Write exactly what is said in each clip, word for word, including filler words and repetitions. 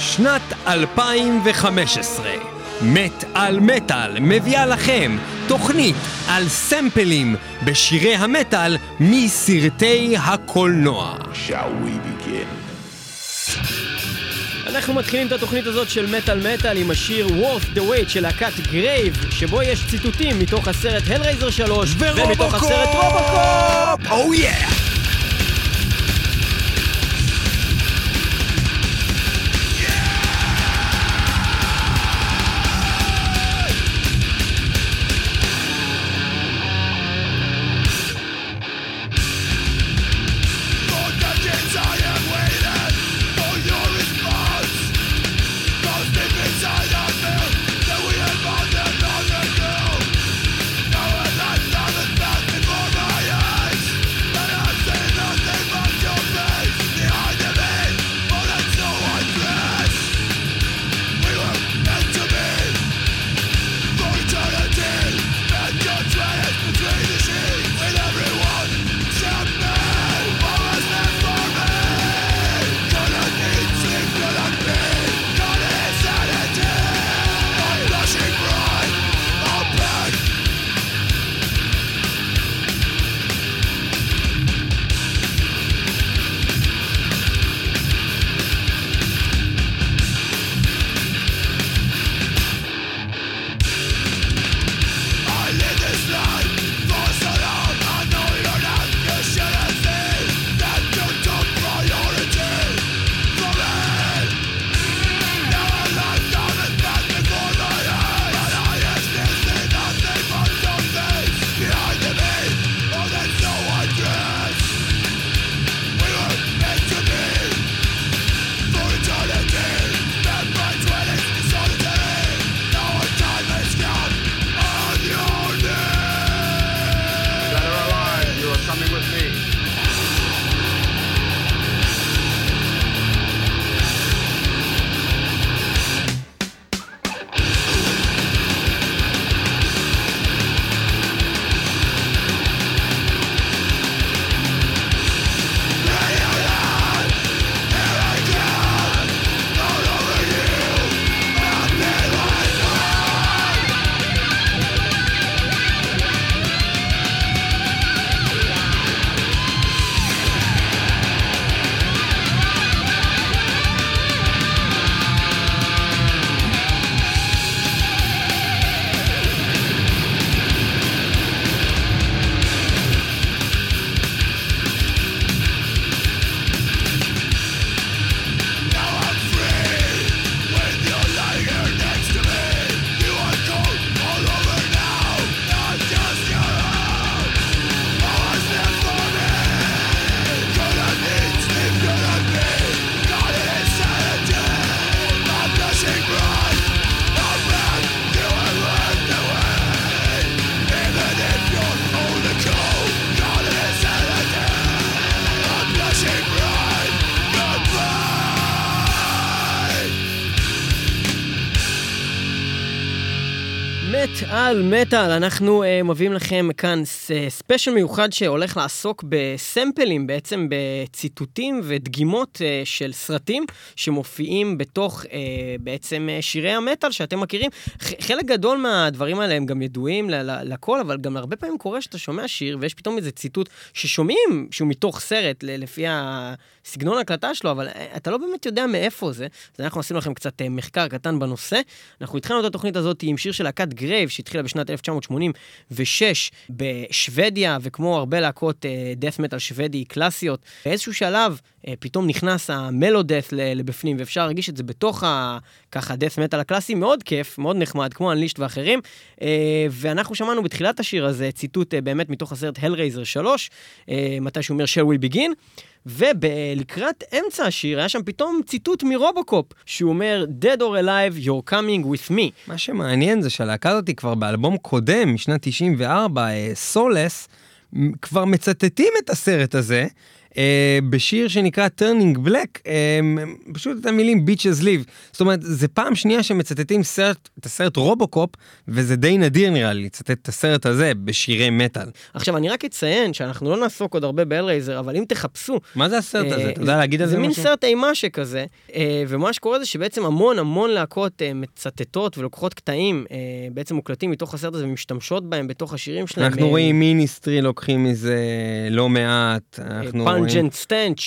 שנת אלפיים וחמש עשרה. מת על מטל מביאה לכם תוכנית על סמפלים בשירי המטל מסרטי הקולנוע. Shall we begin? אנחנו מתחילים את התוכנית הזאת של מטל מטל עם השיר Worth the Wait של להקת גרייב, שבו יש ציטוטים מתוך הסרט הלרייזר שלוש ומתוך הסרט רובוקופ. Oh yeah! על מטל, אנחנו uh, מביאים לכם כאן ספיישל מיוחד שהולך לעסוק בסמפלים, בעצם בציטוטים ודגימות uh, של סרטים שמופיעים בתוך uh, בעצם uh, שירי המטל שאתם מכירים. ח- חלק גדול מהדברים האלה הם גם ידועים ל- ל- לכל, אבל גם הרבה פעמים קורה שאתה שומע שיר ויש פתאום איזה ציטוט ששומעים שהוא מתוך סרט ל- לפי הסגנון הקלטה שלו, אבל אתה לא באמת יודע מאיפה זה. אז אנחנו עשינו לכם קצת uh, מחקר קטן בנושא. אנחנו התחלנו את התוכנית הזאת עם שיר של להקת גרייב שהתחילה בשנת אלף תשע מאות שמונים ושש בשוודיה, וכמו הרבה להקות דאת' מטל שוודי קלאסיות, באיזשהו שלב פתאום נכנס המלודאת' לבפנים, ואפשר להרגיש את זה בתוך ה... ככה דאת' מטל הקלאסי, מאוד כיף, מאוד נחמד, כמו אנלישט ואחרים, ואנחנו שמענו בתחילת השיר הזה ציטוט באמת מתוך הסרט הלרייזר שלוש, מתי שהוא אומר shall we begin, ובלקראת אמצע השיר היה שם פתאום ציטוט מרובוקופ, שהוא אומר Dead or alive, you're coming with me. מה שמעניין זה שהלהקה הזאת כבר באלבום קודם, משנת תשעים וארבע, סולס, כבר מצטטים את הסרט הזה, בשיר שנקרא Turning Black, פשוט את המילים Bitches Live. זאת אומרת, זה פעם שנייה שמצטטים סרט, את הסרט רובוקופ, וזה די נדיר נראה לי, לצטט את הסרט הזה בשירי מטל. עכשיו, אני רק אציין שאנחנו לא נעסוק עוד הרבה בהלרייזר, אבל אם תחפשו... מה זה הסרט הזה? אתה יודע להגיד על זה משהו? זה מין סרט אימה שכזה, ומה שקורה זה שבעצם המון המון להקות מצטטות ולוקחות קטעים, בעצם מוקלטים מתוך הסרט הזה ומשתמשות בהם בתוך השירים שלהם. אנחנו רואים מיניסטרי לוקחים מזה לא מעט. פאנג'נט סטנץ'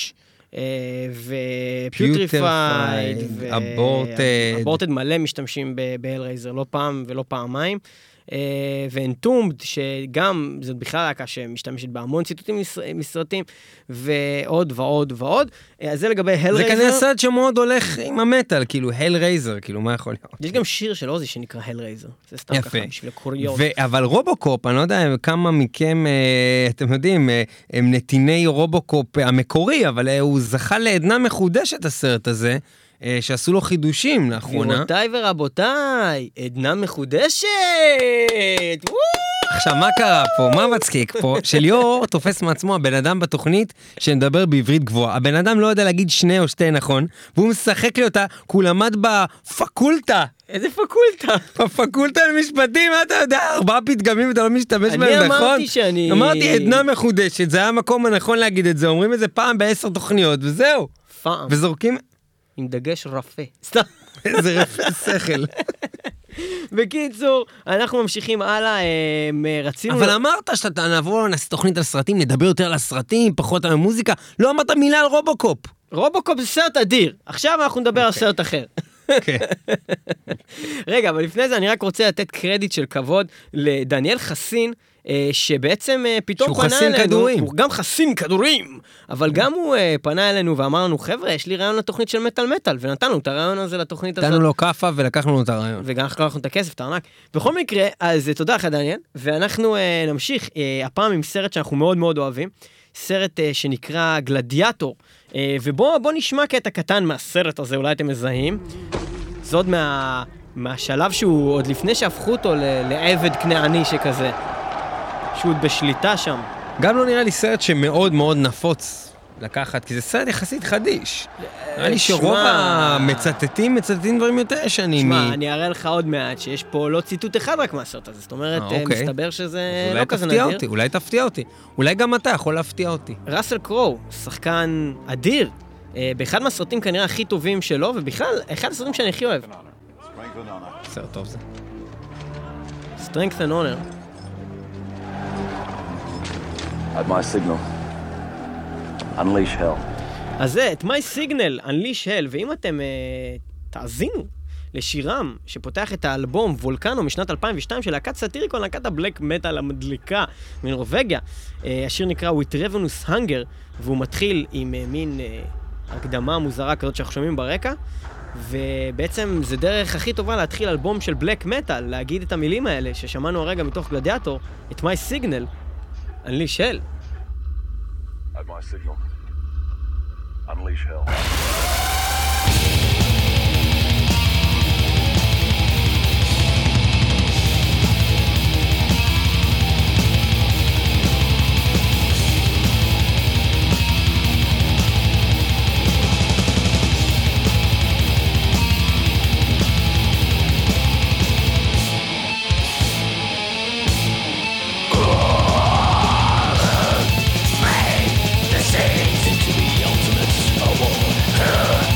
ופיוטריפייד ואבורטד מלא משתמשים בהלרייזר, לא פעם ולא פעמיים. ואנטומד, שגם זאת בכלל להקה שמשתמשת בהמון ציטוטים מסרטים, ועוד ועוד ועוד. אז זה לגבי הלרייזר. זה כנראה סרט שמאוד הולך עם המטל, כאילו הלרייזר, כאילו מה יכול להיות? יש גם שיר של עוזי שנקרא הלרייזר. זה סתם ככה בשביל הקוריות. אבל רובוקופ, אני לא יודע כמה מכם, אתם יודעים, הם נתיני רובוקופ המקורי, אבל הוא זכה לעדנה מחודשת הסרט הזה. שעשו לו חידושים לאחרונה. גבירותיי ורבותיי, עדנה מחודשת! עכשיו, מה קרה פה? מה מצחיק פה? שליאור תופס מעצמו הבן אדם בתוכנית שמדבר בעברית גבוהה. הבן אדם לא יודע להגיד שני או שתי נכון, והוא משחק לי אותה, כי הוא למד בפקולטה. איזה פקולטה? בפקולטה למשפטים, מה אתה יודע? ארבעה פתגמים ואתה לא משתמש בהם, נכון? אני אמרתי שאני... אמרתי, עדנה מחודשת, זה היה המקום הנכון להגיד את זה. אומרים את זה פעם בעשר תוכניות, וזהו. פעם. וזורקים... עם דגש רפה. סתם. איזה רפה שכל. בקיצור, אנחנו ממשיכים הלאה, רצינו... אבל אמרת שאתה נעבור, נעשה תוכנית על סרטים, נדבר יותר על הסרטים, פחות על המוזיקה, לא אמרת מילה על רובוקופ. רובוקופ זה סרט אדיר, עכשיו אנחנו נדבר על סרט אחר. רגע, אבל לפני זה אני רק רוצה לתת קרדיט של כבוד לדניאל חסין, שבעצם פתאום פנה אלינו, כדורים. הוא גם חסין כדורים, אבל גם הוא פנה אלינו ואמר לנו, חבר'ה, יש לי רעיון לתוכנית של מטל מטל, ונתנו את הרעיון הזה לתוכנית הזאת. נתנו לו קפה ולקחנו לו את הרעיון. וגם לקחנו את הכסף, את הארנק. בכל מקרה, אז תודה לך דניאל, ואנחנו נמשיך הפעם עם סרט שאנחנו מאוד מאוד אוהבים, סרט שנקרא גלדיאטור, ובואו נשמע קטע קטן מהסרט הזה, אולי אתם מזהים. זה עוד מה, מהשלב שהוא, עוד לפני שהפכו אותו לעבד כנעני שכזה. שהוא בשליטה שם. גם לא נראה לי סרט שמאוד מאוד נפוץ לקחת, כי זה סרט יחסית חדיש. נראה לי שרוב המצטטים מצטטים דברים יותר ישנים. שמע, אני אראה לך עוד מעט שיש פה לא ציטוט אחד רק מהסרט הזה. זאת אומרת, מסתבר שזה לא כזה נדיר. אולי תפתיע אותי. אולי גם אתה יכול להפתיע אותי. ראסל קרו, שחקן אדיר, באחד מהסרטים כנראה הכי טובים שלו, ובכלל, אחד הסרטים שאני הכי אוהב. סרט טוב זה. Strength and Honor. At my signal, unleash hell. אז זה, את my signal, unleash hell, ואם אתם uh, תאזינו לשירם שפותח את האלבום וולקנו משנת אלפיים ושתיים של להקת סאטיריקון, להקת הבלק מטל המדליקה מנורווגיה, uh, השיר נקרא With Ravenous Hunger, והוא מתחיל עם uh, מין uh, הקדמה מוזרה כזאת שאנחנו שומעים ברקע, ובעצם זה דרך הכי טובה להתחיל אלבום של בלק מטל, להגיד את המילים האלה ששמענו הרגע מתוך גלדיאטור, את my signal, Unleash hell. At my signal, unleash hell. Into the ultimate of all.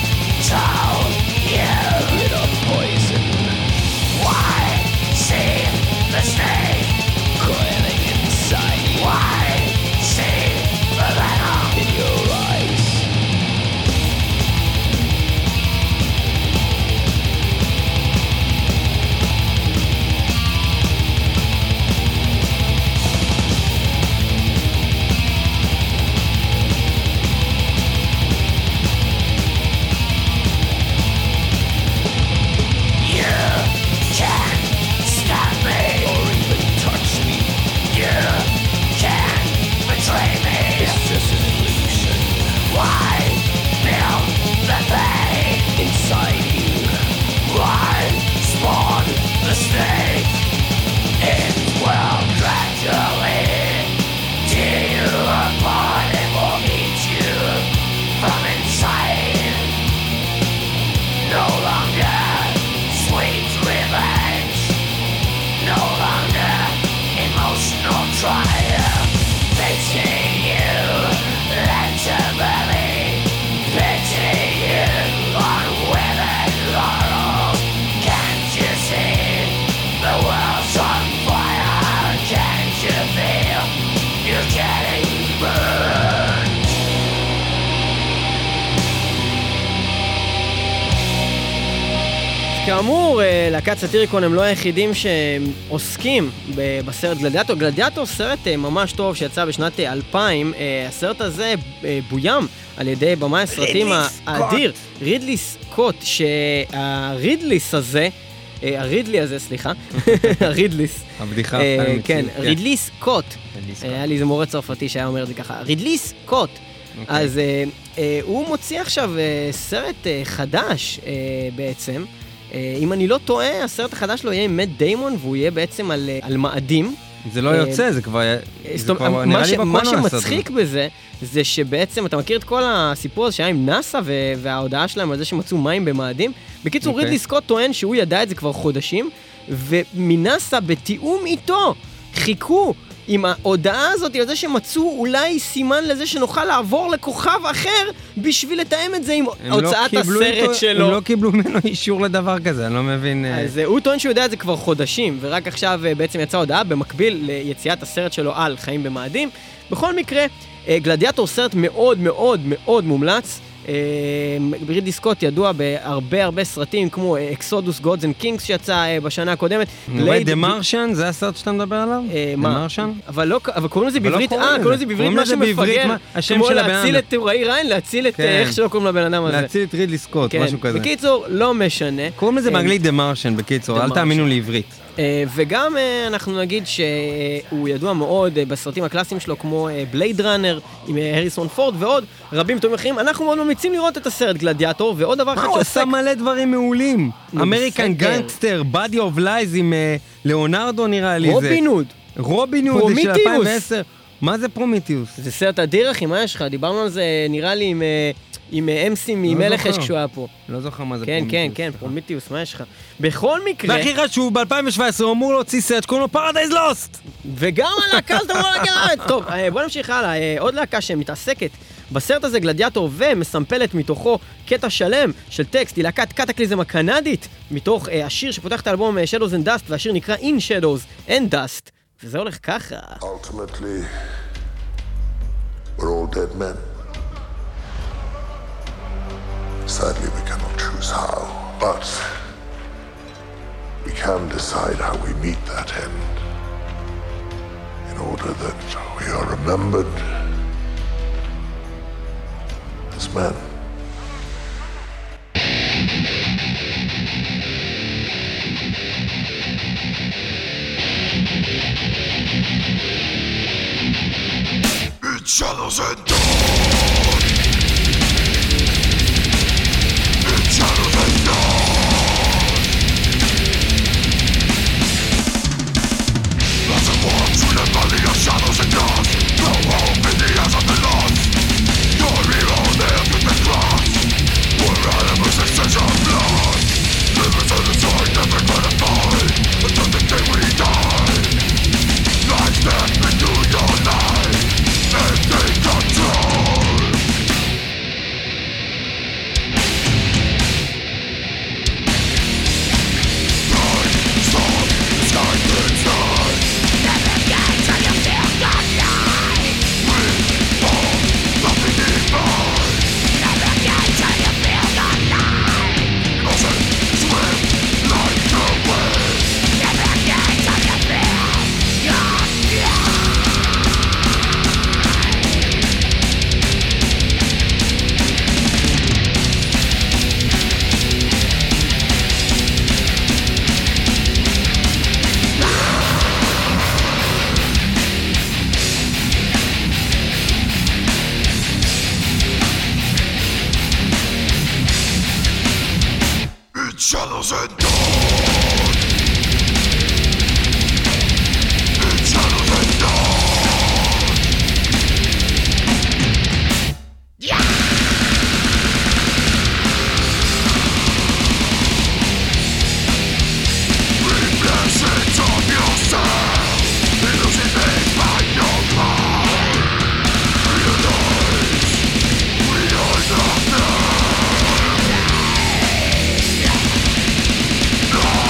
כאמור, להקת סאטיריקון הם לא היחידים שעוסקים בסרט גלדיאטור. גלדיאטור סרט ממש טוב שיצא בשנת אלפיים. הסרט הזה בוים על ידי במאי הסרטים האדיר, רידלי סקוט, שהרידליס הזה, הרידלי הזה, סליחה, הרידליס. הבדיחה. כן, רידלי סקוט. היה לי איזה מורה צרפתי שהיה אומר את זה ככה, רידלי סקוט. אז הוא מוציא עכשיו סרט חדש בעצם. אם אני לא טועה, הסרט החדש שלו יהיה עם מאט דיימון, והוא יהיה בעצם על, על מאדים. זה לא יוצא, זה כבר, זה כבר נראה לי בקולנוע. מה שמצחיק בזה, זה שבעצם, אתה מכיר את כל הסיפור הזה שהיה עם נאסא, וההודעה שלהם על זה שמצאו מים במאדים? בקיצור, רידלי סקוט טוען שהוא ידע את זה כבר חודשים, ומנאסא בתיאום איתו חיכו עם ההודעה הזאת על זה שמצאו אולי סימן לזה שנוכל לעבור לכוכב אחר בשביל לתאם את זה עם הוצאת הסרט שלו. הם לא קיבלו ממנו אישור לדבר כזה, אני לא מבין. אז הוא טוען שהוא יודע את זה כבר חודשים, ורק עכשיו בעצם יצאה הודעה במקביל ליציאת הסרט שלו על חיים במאדים. בכל מקרה, גלדיאטור סרט מאוד מאוד מאוד מומלץ. רידלי סקוט ידוע בהרבה הרבה סרטים כמו אקסודוס גודס אנד קינגס שיצא בשנה הקודמת. דה מרשן, זה הסרט שאתה מדבר עליו? דה מרשן? אבל קוראים לזה בעברית, אה, קוראים לזה בעברית משהו מפגר, כמו להציל את טוראי ריין, להציל את איך שלא קוראים לבן אדם הזה. להציל את רידלי סקוט, משהו כזה. בקיצור, לא משנה. קוראים לזה באנגלית דה מרשן, בקיצור, אל תאמינו לעברית. וגם אנחנו נגיד שהוא ידוע מאוד בסרטים הקלאסיים שלו כמו בלייד ראנר עם הריסון פורד ועוד רבים טובים אחרים. אנחנו מאוד ממליצים לראות את הסרט גלדיאטור, ועוד דבר אחד שעוסק... הוא עשה מלא דברים מעולים. אמריקן גנגסטר, בדי אוף לייז עם ליאונרדו נראה לי. רובין הוד. רובין הוד של אלפיים ועשר. מה זה פרומיטיוס? זה סרט אדיר אחי, מה יש לך? דיברנו על זה נראה לי עם... עם אמסי ממלך אש כשהוא היה פה. לא זוכר מה זה כן, פרומיטיוס. כן, כן, פרומיטיוס, מה יש לך? בכל מקרה... והכי חשוב, ב-אלפיים שבע עשרה הוא אמור להוציא סרט שקוראים לו פרדייז לוסט! וגם הלהקה הזאת אמורה להגיד... טוב, בוא נמשיך הלאה. עוד להקה שמתעסקת בסרט הזה גלדיאטור ומסמפלת מתוכו קטע שלם של טקסט, היא להקת קטקליזם הקנדית, מתוך השיר שפותח את האלבום Shadows and Dust, והשיר נקרא In Shadows and Dust, וזה הולך ככה. Ultimately, we're all dead men. Sadly, we cannot choose how, but we can decide how we meet that end in order that we are remembered as men. It shadows and dawn. It shadows and dawn. As a walk through the valley of shadows and dust, no hope in the eyes of the lost. Your hero lives with the cross. We're animals in search of blood. Livers on the sword, never gonna fall until the day we die. Life step into your life and take control. Night, storm, the sky burns night. Never get till you feel God light. We fall, nothing divine. Never get till you feel God light. Ocean, swim, like the wind. Never get till you feel God light. It shadows and dawn. It shadows and dawn. Bring blessings of yourself. Elucidate by your power. Realize we are nothing. No.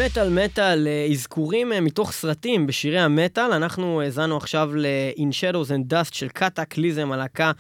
מטל מטל, אזכורים מתוך סרטים בשירי המטל. אנחנו הזנו עכשיו ל-In Shadows and Dust של קטקליזם, הלהקה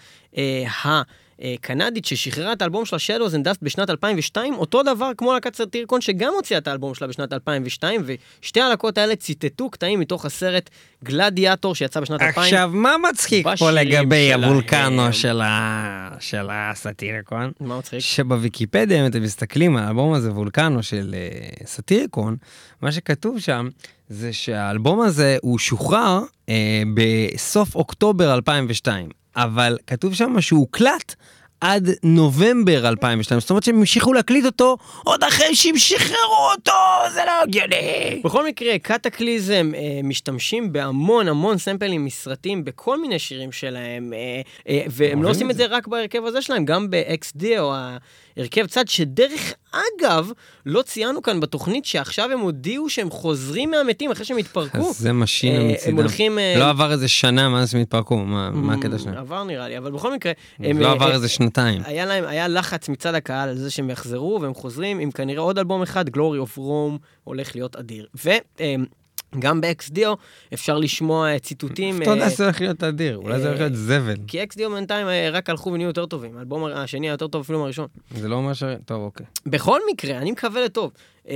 הקנדית ששחררה את האלבום שלה Shadows and Dust בשנת אלפיים ושתיים, אותו דבר כמו להקת סאטיריקון שגם הוציאה את האלבום שלה בשנת אלפיים ושתיים, ושתי הלהקות האלה ציטטו קטעים מתוך הסרט גלדיאטור שיצא בשנת אלפיים. עכשיו, מה מצחיק פה לגבי הוולקנו של הסאטיריקון? מה מצחיק? שבוויקיפדיה, אם אתם מסתכלים על האלבום הזה, וולקנו של סאטיריקון, מה שכתוב שם, זה שהאלבום הזה הוא שוחרר בסוף אוקטובר אלפיים ושתיים. אבל כתוב שם שהוא הוקלט עד נובמבר אלפיים ושתיים, זאת אומרת שהם המשיכו להקליט אותו עוד אחרי שהם שחררו אותו, זה לא הגיוני. בכל מקרה, קטקליזם אה, משתמשים בהמון המון סמפלים מסרטים בכל מיני שירים שלהם, אה, אה, והם לא עושים את זה רק בהרכב הזה שלהם, גם ב-אקס די או הרכב צד, שדרך אגב, לא ציינו כאן בתוכנית שעכשיו הם הודיעו שהם חוזרים מהמתים אחרי שהם התפרקו. אז זה משין מצידם. הם הולכים... לא עבר איזה שנה מאז שהם התפרקו, מה הקטע שלהם? עבר נראה לי, אבל בכל מקרה... לא עבר איזה שנתיים. היה להם, היה לחץ מצד הקהל על זה שהם יחזרו, והם חוזרים עם כנראה עוד אלבום אחד, Glory of Rome, הולך להיות אדיר. ו... גם ב-אקס די או אפשר לשמוע ציטוטים... אתה יודע, זה הולך להיות אדיר, אולי זה הולך להיות זבל. כי אקס די או בינתיים רק הלכו ונהיו יותר טובים. האלבום השני היה יותר טוב אפילו מהראשון. זה לא ממש... טוב, אוקיי. בכל מקרה, אני מקווה לטוב.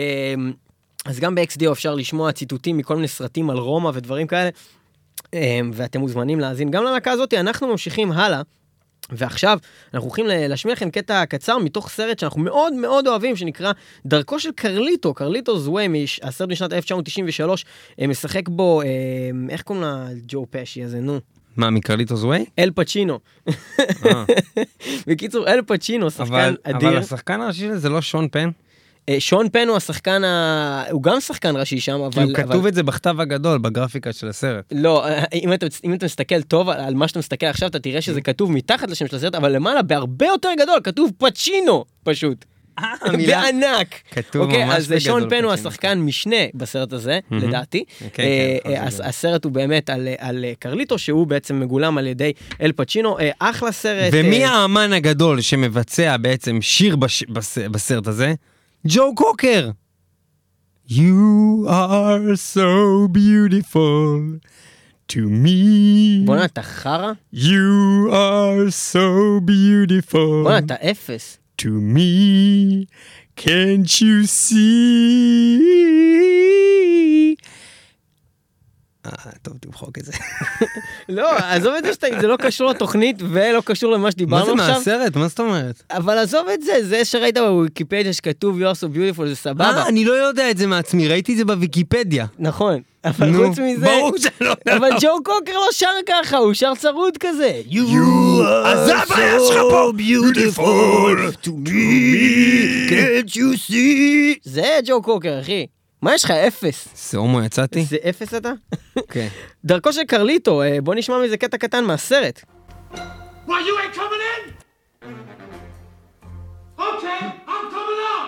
אז גם ב-אקס די או אפשר לשמוע ציטוטים מכל מיני סרטים על רומא ודברים כאלה, ואתם מוזמנים להאזין. גם ללהקה הזאת אנחנו ממשיכים הלאה, ועכשיו אנחנו הולכים להשמיע לכם קטע קצר מתוך סרט שאנחנו מאוד מאוד אוהבים, שנקרא דרכו של קרליטו, קרליטו זווי, הסרט משנת אלף תשע מאות תשעים ושלוש, משחק בו, איך קוראים לה ג'ו פשי הזה, נו? מה, מקרליטו זווי? אל פצ'ינו. בקיצור, אל פצ'ינו, שחקן אדיר. אבל השחקן הראשי זה לא שון פן? שון פן הוא השחקן, הוא גם שחקן ראשי שם, אבל... הוא כתוב את זה בכתב הגדול, בגרפיקה של הסרט. לא, אם אתה, אם אתה מסתכל טוב על מה שאתה מסתכל עכשיו, אתה תראה שזה כתוב מתחת לשם של הסרט, אבל למעלה, בהרבה יותר גדול, כתוב פצ'ינו, פשוט. בענק. כתוב ממש בגדול. אז שון פן הוא השחקן משנה בסרט הזה, לדעתי. הסרט הוא באמת על קרליטו, שהוא בעצם מגולם על ידי אל פצ'ינו. אחלה סרט. ומי האמן הגדול שמבצע בעצם שיר בסרט הזה? ג'ו קוקר. You are so beautiful to me. בוא נה, אתה חרה? You are so beautiful. בוא נה, אתה אפס. To me, can't you see? אה, טוב, תמחוק את זה. לא, עזוב את זה שזה לא קשור לתוכנית ולא קשור למה שדיברנו עכשיו. מה זה מהסרט? מה זאת אומרת? אבל עזוב את זה, זה שראית בוויקיפדיה שכתוב You are so beautiful, זה סבבה. אה, אני לא יודע את זה מעצמי, ראיתי את זה בוויקיפדיה. נכון, אבל חוץ מזה... ברור שלא. אבל ג'ו קוקר לא שר ככה, הוא שר צרוד כזה. You are so beautiful to me, can't you see? זה ג'ו קוקר, אחי. מה יש לך? אפס. זה הומו יצאתי? זה אפס אתה? כן. דרכו של קרליטו, בוא נשמע מזה קטע קטן מהסרט. Why, you ain't coming in? Okay, I'm coming up.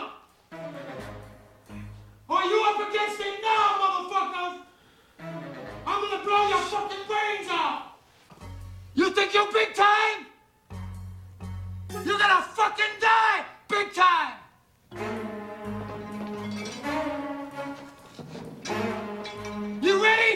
Are you up against it now, motherfuckers? I'm gonna blow your fucking brains out. You think you're big time? You're gonna fucking die big time. You ready?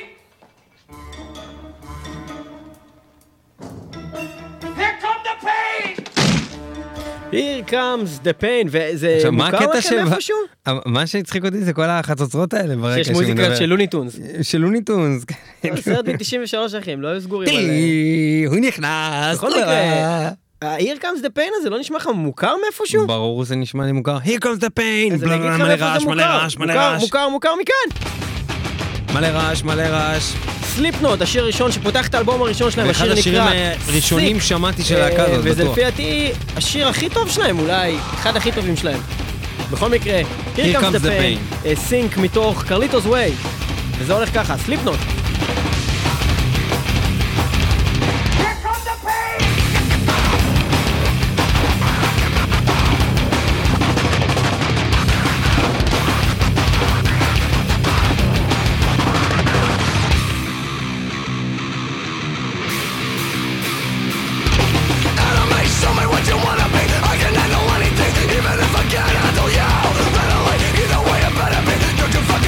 Here comes the pain! Here comes the pain, וזה מוכר לכם איפשהו? מה שהצחיק אותי זה כל החצוצרות האלה ברקע שיש מוזיקה של לוניטונס. של לוניטונס. סרט ב-תשעים ושלוש אחים, לא היו סגורים עליהם. הוא נכנס. בכל מקרה, ה-Here comes the pain הזה לא נשמע לך מוכר מאיפשהו? ברור, זה נשמע לי מוכר. Here comes the pain. אז אני אגיד לך מאיפה זה מוכר. מוכר, מוכר מכאן. מלא רעש, מלא רעש. סליפנוט, השיר הראשון שפותח את האלבום הראשון שלהם, השיר נקרא אחד השירים הראשונים שמעתי של להקה הזאת, בטוח. וזה לפי דעתי השיר הכי טוב שלהם, אולי אחד הכי טובים שלהם. בכל מקרה, Here comes the pain, סינק מתוך קרליטו's way, וזה הולך ככה, סליפנוט. Even if I can't handle you, better late, either way it better be. Don't you fucking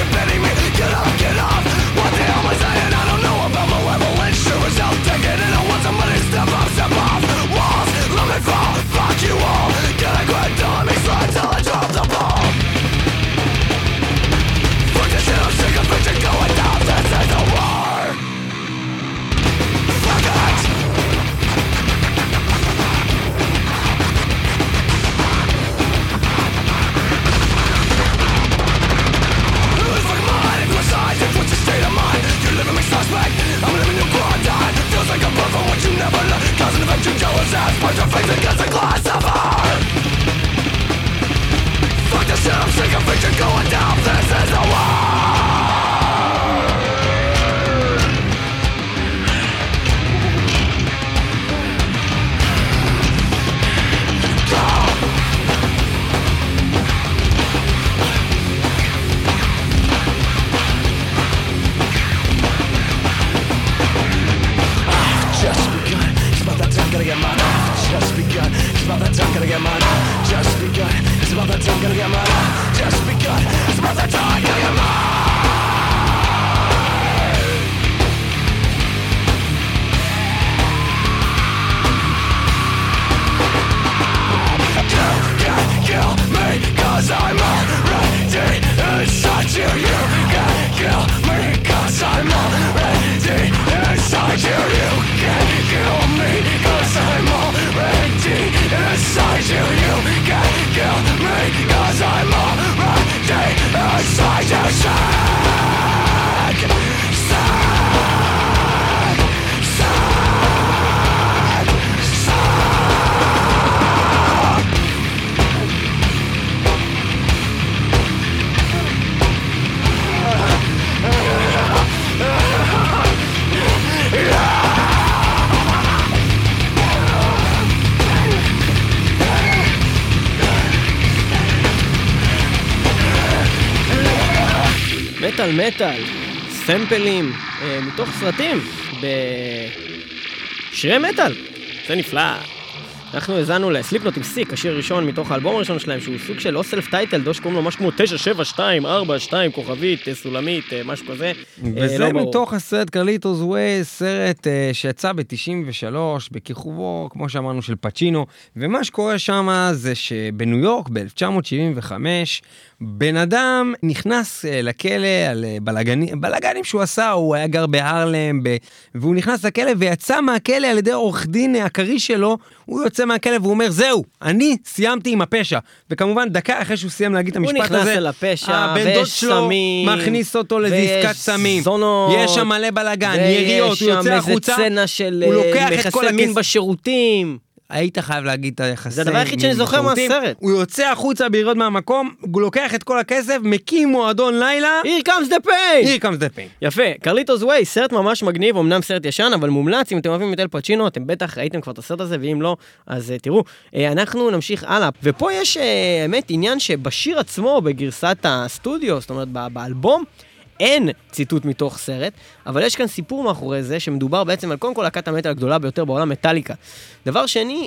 about that time, gonna get mine. Just begun. It's about that time, gonna get mine. Just begun. It's about that time, gonna get mine. Kill me, cause I'm already inside you. You can't kill me, cause I'm already inside you. You can't kill me, cause I'm already inside you. You can't kill me, cause I'm already inside you. Sad, sad, sad, sad. מטל מטל, סמפלים אה, מתוך סרטים בשירי מטל, זה נפלא. אנחנו הזנו לסליפנוט עם סיק, השיר הראשון מתוך האלבום הראשון שלהם, שהוא סוג של לא סלף טייטל, דו שקוראים לו משהו כמו תשע שבע שתיים ארבע שתיים כוכבית, סולמית, משהו כזה. וזה לא מתוך הסרט קרליטוס ווי, סרט uh, שיצא ב-תשעים ושלוש, בכיכובו, כמו שאמרנו, של פצ'ינו, ומה שקורה שם זה שבניו יורק, ב-אלף תשע מאות שבעים וחמש, בן אדם נכנס uh, לכלא על uh, בלגנים, בלגנים שהוא עשה, הוא היה גר בהרלם, ב... והוא נכנס לכלא ויצא מהכלא על ידי עורך דין הקרי שלו, הוא יוצא מהכלא והוא אומר, זהו, אני סיימתי עם הפשע. וכמובן, דקה אחרי שהוא סיים להגיד את המשפט הזה, הוא נכנס אל הפשע, ויש סמים, מכניס אותו לזיסקת סמים, זונות, יש שם מלא בלגן, יריות, הוא יוצא החוצה, ויש שם איזה צנה של מכסה מין בשירותים. היית חייב להגיד את היחסי. זה הדבר היחיד שאני זוכר מהסרט. הוא יוצא החוצה ביריוד מהמקום, הוא לוקח את כל הכסף, מקים מועדון לילה. Here comes the pain! Here comes the pain. יפה, קרליטוס ווי, סרט ממש מגניב, אמנם סרט ישן, אבל מומלץ, אם אתם אוהבים את אל פצ'ינו, אתם בטח ראיתם כבר את הסרט הזה, ואם לא, אז תראו. אנחנו נמשיך הלאה. ופה יש, האמת, עניין שבשיר עצמו, בגרסת הסטודיו, זאת אומרת, באלבום, אין ציטוט מתוך סרט, אבל יש כאן סיפור מאחורי זה, שמדובר בעצם על קודם כל להקת המטל הגדולה ביותר בעולם, מטליקה. דבר שני,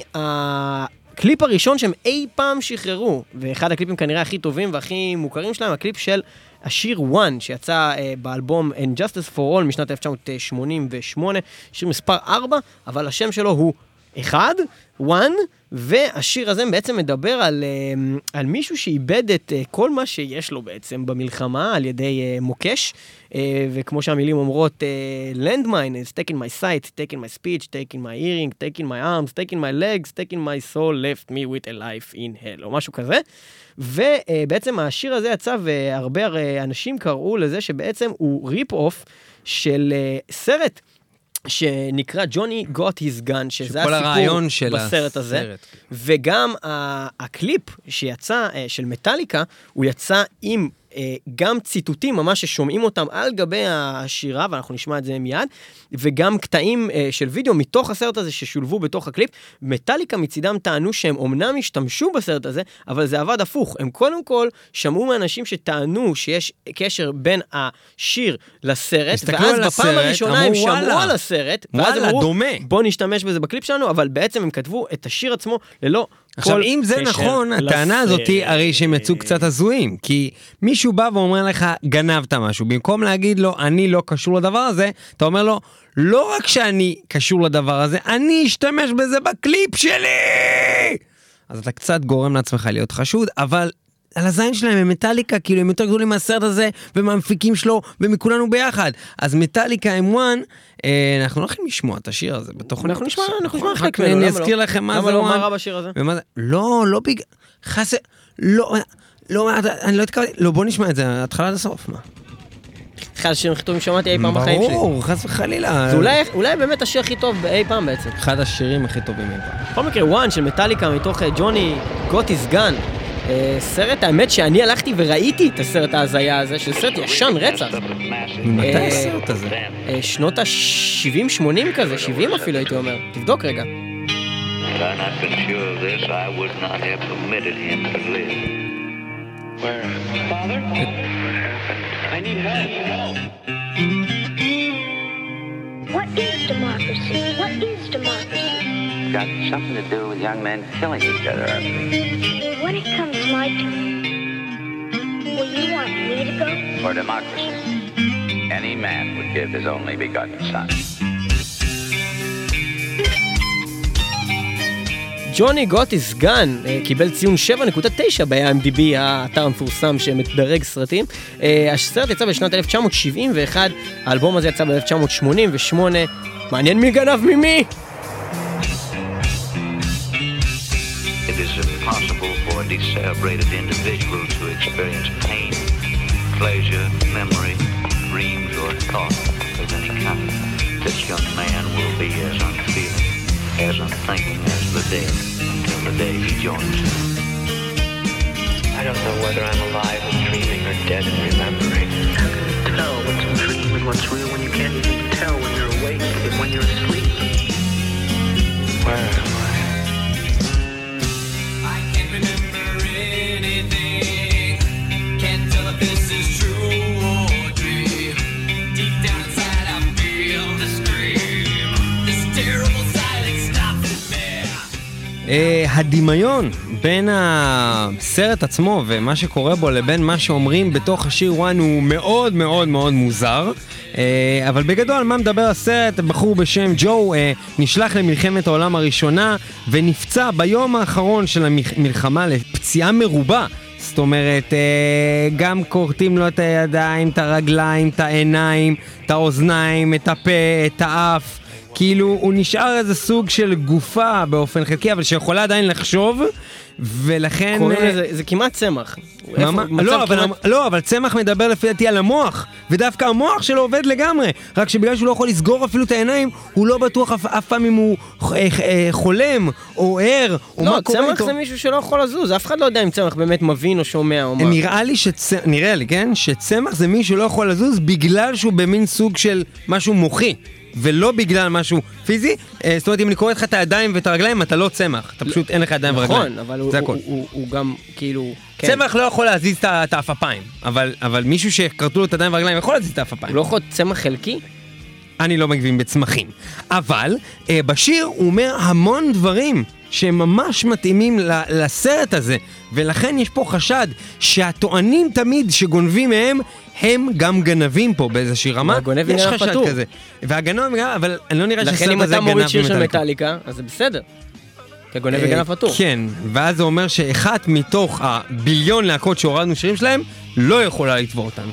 הקליפ הראשון שהם אי פעם שחררו, ואחד הקליפים כנראה הכי טובים והכי מוכרים שלהם, הקליפ של השיר One, שיצא uh, באלבום And Justice for All משנת אלף תשע מאות שמונים ושמונה, שיר מספר ארבע, אבל השם שלו הוא אחד, One, והשיר הזה בעצם מדבר על, uh, על מישהו שאיבד את uh, כל מה שיש לו בעצם במלחמה על ידי uh, מוקש, uh, וכמו שהמילים אומרות, uh, landmine is taking my sight, taking my speech, taking my hearing, taking my arms, taking my legs, taking my soul, left me with a life in hell, או משהו כזה. ובעצם השיר הזה יצא, והרבה אנשים קראו לזה שבעצם הוא ריפ-אוף של סרט שנקרא ג'וני גוט היז גן, שזה הסיפור בסרט הזה. וגם הקליפ שיצא של מטליקה, הוא יצא עם גם ציטוטים ממש ששומעים אותם על גבי השירה, ואנחנו נשמע את זה מיד, וגם קטעים של וידאו מתוך הסרט הזה ששולבו בתוך הקליפ. מטליקה מצידם טענו שהם אומנם השתמשו בסרט הזה, אבל זה עבד הפוך. הם קודם כל שמעו מאנשים שטענו שיש קשר בין השיר לסרט, ואז בפעם הראשונה הם שמעו על הסרט, ואז הם אמרו, בוא נשתמש בזה בקליפ שלנו, אבל בעצם הם כתבו את השיר עצמו ללא עכשיו, אם זה נכון, הטענה הזאת היא הרי שהם יצאו קצת הזויים, כי מישהו בא ואומר לך, גנבת משהו, במקום להגיד לו, אני לא קשור לדבר הזה, אתה אומר לו, לא רק שאני קשור לדבר הזה, אני אשתמש בזה בקליפ שלי! אז אתה קצת גורם לעצמך להיות חשוד, אבל על הזין שלהם הם מטליקה, כאילו הם יותר גדולים מהסרט הזה, ומהמפיקים שלו, ומכולנו ביחד. אז מטליקה הם וואן, אה, אנחנו לא יכולים לשמוע את השיר הזה, בתוך אנחנו נשמע, אנחנו נשמע חלק ממנו, אני אזכיר לכם מה זה וואן. למה לא, מה רע בשיר הזה? לא, לא בגלל, חסר, לא, לא, אני לא התכוונתי, לא, בוא נשמע את זה, התחלה עד הסוף, מה? אחד השירים הכי טובים שמעתי אי פעם בחיים שלי. ברור, חס וחלילה. זה אולי, אולי באמת השיר הכי טוב אי פעם בעצם. אחד השירים הכי טובים אי פעם. בכל מקרה, וואן של מטליקה מתוך ג'וני גוט היז גן. סרט, האמת שאני הלכתי וראיתי את הסרט ההזיה הזה, שזה סרט ישן רצח. ממתי הסרט הזה? שנות ה-שבעים שמונים כזה, שבעים אפילו הייתי אומר. תבדוק רגע. Had I not been sure of this, I would not have permitted him to live. Where? Father? What happened? I need help. What is democracy? What is democracy? got something to do with young men killing each other, I believe. When it comes my turn, will you want me to go? For democracy, any man would give his only begotten son. ג'וני גוט איז גן קיבל ציון שבע נקודה תשע ב-איי אם די בי, האתר המפורסם שמדרג סרטים. הסרט יצא בשנת אלף תשע מאות שבעים ואחת, האלבום הזה יצא ב-אלף תשע מאות שמונים ושמונה. מעניין מי גנב ממי? It is impossible for a decelebrated individual to experience pain, pleasure, memory, dreams, or thought of any kind. This young man will be as unfeeling, as unthinking as the dead until the day he joins them. I don't know whether I'm alive and dreaming or dead and remembering. How can you tell what's a dream and what's real when you can't even tell when you're awake and when you're asleep? Where am I? I can't remember anything. Can't tell if this is true or dream. Deep down inside I feel the scream. This terrible silence stops in me. הדמיון בין הסרט עצמו ומה שקורה בו לבין מה שאומרים בתוך השיר וואן הוא מאוד מאוד מאוד מוזר. אבל בגדול מה מדבר הסרט? בחור בשם ג'ו נשלח למלחמת העולם הראשונה ונפצע ביום האחרון של המלחמה לפציעה מרובה. זאת אומרת, גם קורטים לו את הידיים, את הרגליים, את העיניים, את האוזניים, את הפה, את האף. כאילו הוא נשאר איזה סוג של גופה באופן חלקי, אבל שיכולה עדיין לחשוב, ולכן... קוראים לזה, זה כמעט צמח. לא, אבל, לא, אבל צמח מדבר לפי דעתי על המוח, ודווקא המוח שלו עובד לגמרי, רק שבגלל שהוא לא יכול לסגור אפילו את העיניים, הוא לא בטוח אף, אף פעם אם הוא חולם, או ער, או לא, מה קורה איתו. צמח זה מישהו שלא יכול לזוז, אף אחד לא יודע אם צמח באמת מבין או שומע או מה. נראה לי, שצ... נראה לי, כן? שצמח זה מישהו שלא יכול לזוז בגלל שהוא במין סוג של משהו מוחי. ולא בגלל משהו פיזי. זאת אומרת, אם אני קורא לך את הידיים ואת הרגליים, אתה לא צמח, אתה פשוט אין לך ידיים ורגליים. נכון, אבל הוא גם כאילו... צמח לא יכול להזיז את האפפיים, אבל מישהו שקרתו לו את הידיים ורגליים יכול להזיז את האפפיים. הוא לא יכול צמח חלקי? אני לא מגבים בצמחים. אבל בשיר הוא אומר המון דברים שהם ממש מתאימים לסרט הזה, ולכן יש פה חשד שהטוענים תמיד שגונבים מהם, הם גם גנבים פה באיזושהי רמה. יש חשד כזה. והגנב, אבל אני לא נראה שהסרט הזה גנב לכן אם אתה מוריד שיר של מטליקה, אז זה בסדר. כי הגונב וגנב פתור. כן, ואז זה אומר שאחת מתוך הביליון להקות שהורדנו שירים שלהם, לא יכולה לתבוע אותנו.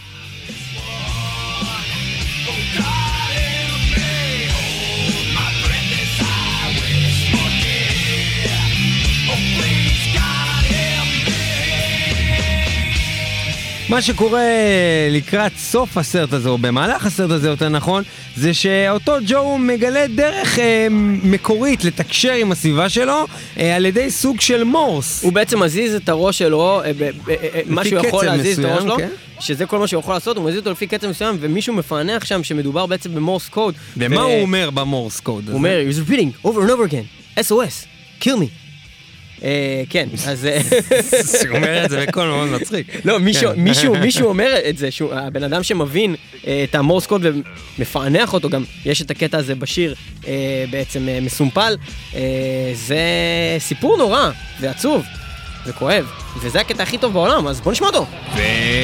מה שקורה לקראת סוף הסרט הזה, או במהלך הסרט הזה יותר נכון, זה שאותו ג'ו מגלה דרך אה, מקורית לתקשר עם הסביבה שלו, אה, על ידי סוג של מורס. הוא בעצם מזיז את הראש שלו, אה, ב, אה, אה, מה שהוא יכול להזיז מסוים, את הראש שלו, כן? שזה כל מה שהוא יכול לעשות, הוא מזיז אותו לפי קצב מסוים, ומישהו מפענח שם שמדובר בעצם במורס קוד. ומה ו... הוא אומר במורס קוד הזה? הוא אומר, he's repeating over and over again, אס או אס, kill me. כן, אז... הוא אומר את זה בקול מאוד מצחיק. לא, מישהו אומר את זה, הבן אדם שמבין את המורס קוד ומפענח אותו, גם יש את הקטע הזה בשיר בעצם מסומפל, זה סיפור נורא ועצוב וכואב, וזה הקטע הכי טוב בעולם, אז בוא נשמע אותו. ו...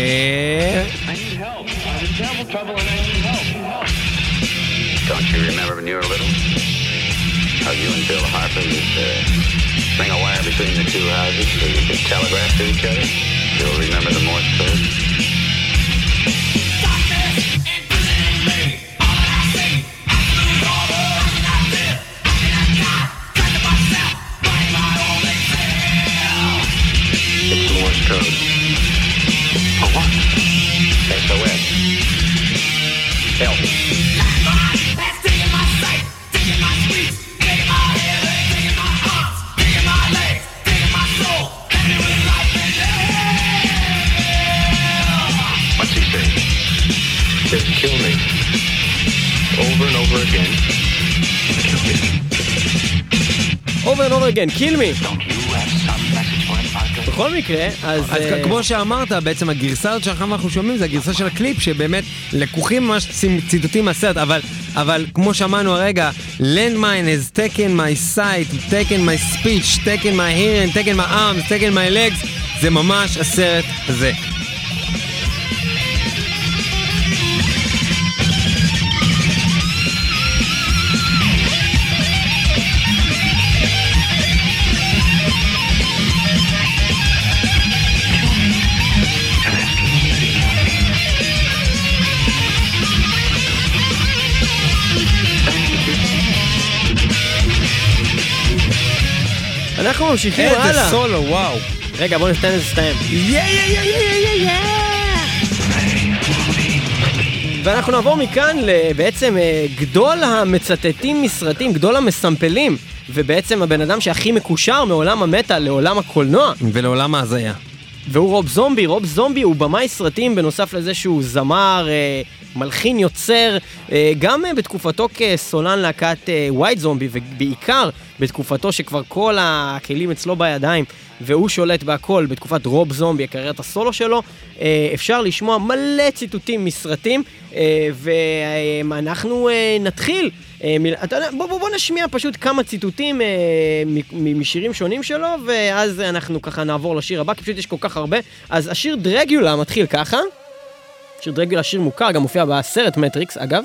Don't you remember when you were little? How you and Bill Harper used to string a wire between the two houses so you could telegraph to each other? You'll remember the Morse code? It's the Morse code. For what? S O S. Help. Just kill me. Over and over again. Kill me. Over and over again, kill me. Don't you have some message for him, Arthur? בכל מקרה, אז... אז כמו שאמרת, בעצם הגרסה הזאת שאנחנו שומעים זה הגרסה של הקליפ, שבאמת לקוחים ממש ציטוטים מהסרט, אבל אבל כמו שמענו הרגע, Landmine has taken my sight, taken my speech, taken my hearing, taken my arms, taken my legs, זה ממש הסרט הזה. אנחנו ממשיכים הלאה. איזה סולו, וואו. רגע, בוא נסתן איזה סתיים. יא יא יא יא יא יא. ואנחנו נעבור מכאן לבעצם גדול המצטטים מסרטים, גדול המסמפלים, ובעצם הבן אדם שהכי מקושר מעולם המטל לעולם הקולנוע. ולעולם ההזיה. והוא רוב זומבי. רוב זומבי הוא במאי סרטים בנוסף לזה שהוא זמר, מלחין, יוצר, גם בתקופתו כסולן להקת ווייט זומבי, ובעיקר בתקופתו שכבר כל הכלים אצלו בידיים, והוא שולט בהכל בתקופת רוב זומבי, הקריירת הסולו שלו, אפשר לשמוע מלא ציטוטים מסרטים, ואנחנו נתחיל. בוא, בוא, בוא נשמיע פשוט כמה ציטוטים משירים שונים שלו, ואז אנחנו ככה נעבור לשיר הבא, כי פשוט יש כל כך הרבה. אז השיר דרגולה מתחיל ככה. שיר דרגולה, שיר מוכר, גם מופיע בסרט מטריקס, אגב.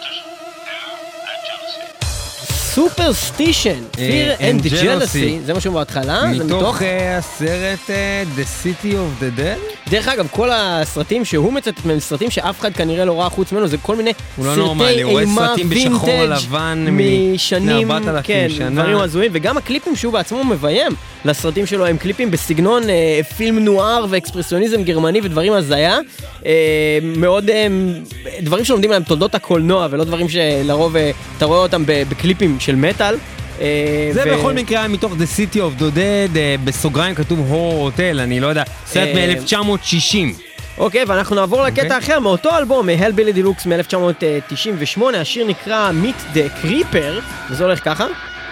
סופרסטישן, Fear and Jealousy, זה משהו בהתחלה. מתוך הסרט The City of the Dead? דרך אגב, כל הסרטים שהוא מצטט מהם, סרטים שאף אחד כנראה לא ראה חוץ ממנו, זה כל מיני סרטי אימה וינטג' משנים, כן, דברים הזויים, וגם הקליפים שהוא בעצמו מביים לסרטים שלו הם קליפים בסגנון פילם נואר ואקספרסיוניזם גרמני ודברים הזיה, מאוד דברים שלומדים להם תולדות הקולנוע, ולא דברים שלרוב אתה רואה אותם בקליפים של מטל. זה בכל מקרה מתוך The City of the Dead, בסוגריים כתוב הורר הוטל, אני לא יודע, סרט מ-אלף תשע מאות שישים. אוקיי, ואנחנו נעבור לקטע אחר מאותו אלבום, הלבילי דילוקס מ-אלף תשע מאות תשעים ושמונה, השיר נקרא Meet the Creeper, וזה הולך ככה.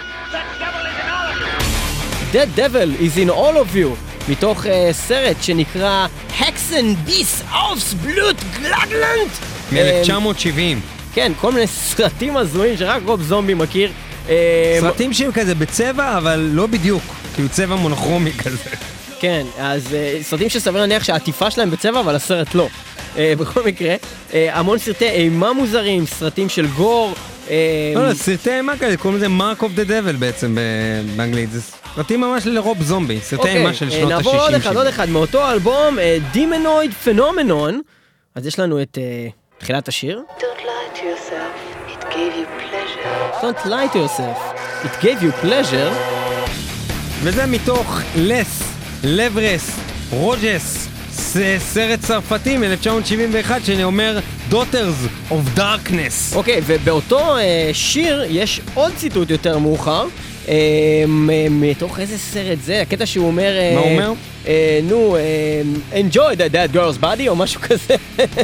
That devil is in all of you, מתוך סרט שנקרא Hexen bis aufs Blut Gladland מ-אלף תשע מאות שבעים. כן, כל מיני סרטים הזויים שרק רוב זומבי מכיר. סרטים שהם כזה בצבע, אבל לא בדיוק, כאילו צבע מונוכרומי כזה. כן, אז סרטים שסביר להניח שהעטיפה שלהם בצבע, אבל הסרט לא. בכל מקרה, המון סרטי אימה מוזרים, סרטים של גור. לא, לא, סרטי אימה כאלה, קוראים לזה Mark of the Devil בעצם באנגלית. זה סרטים ממש לרוב זומבי, סרטי אימה של שנות ה-שישים. נעבור עוד אחד, עוד אחד, מאותו אלבום, Demonoid Phenomenon. אז יש לנו את תחילת השיר. Don't lie to yourself, it gave you pleasure. Don't lie to yourself, it gave you pleasure. וזה מתוך לס, לברס, רוג'ס, סרט צרפתי מ-אלף תשע מאות שבעים ואחת שאני אומר Daughters of Darkness. אוקיי, ובאותו שיר יש עוד ציטוט יותר מאוחר, מתוך איזה סרט זה, הקטע שהוא אומר... מה הוא אומר? נו, enjoy that dead girl's body או משהו כזה.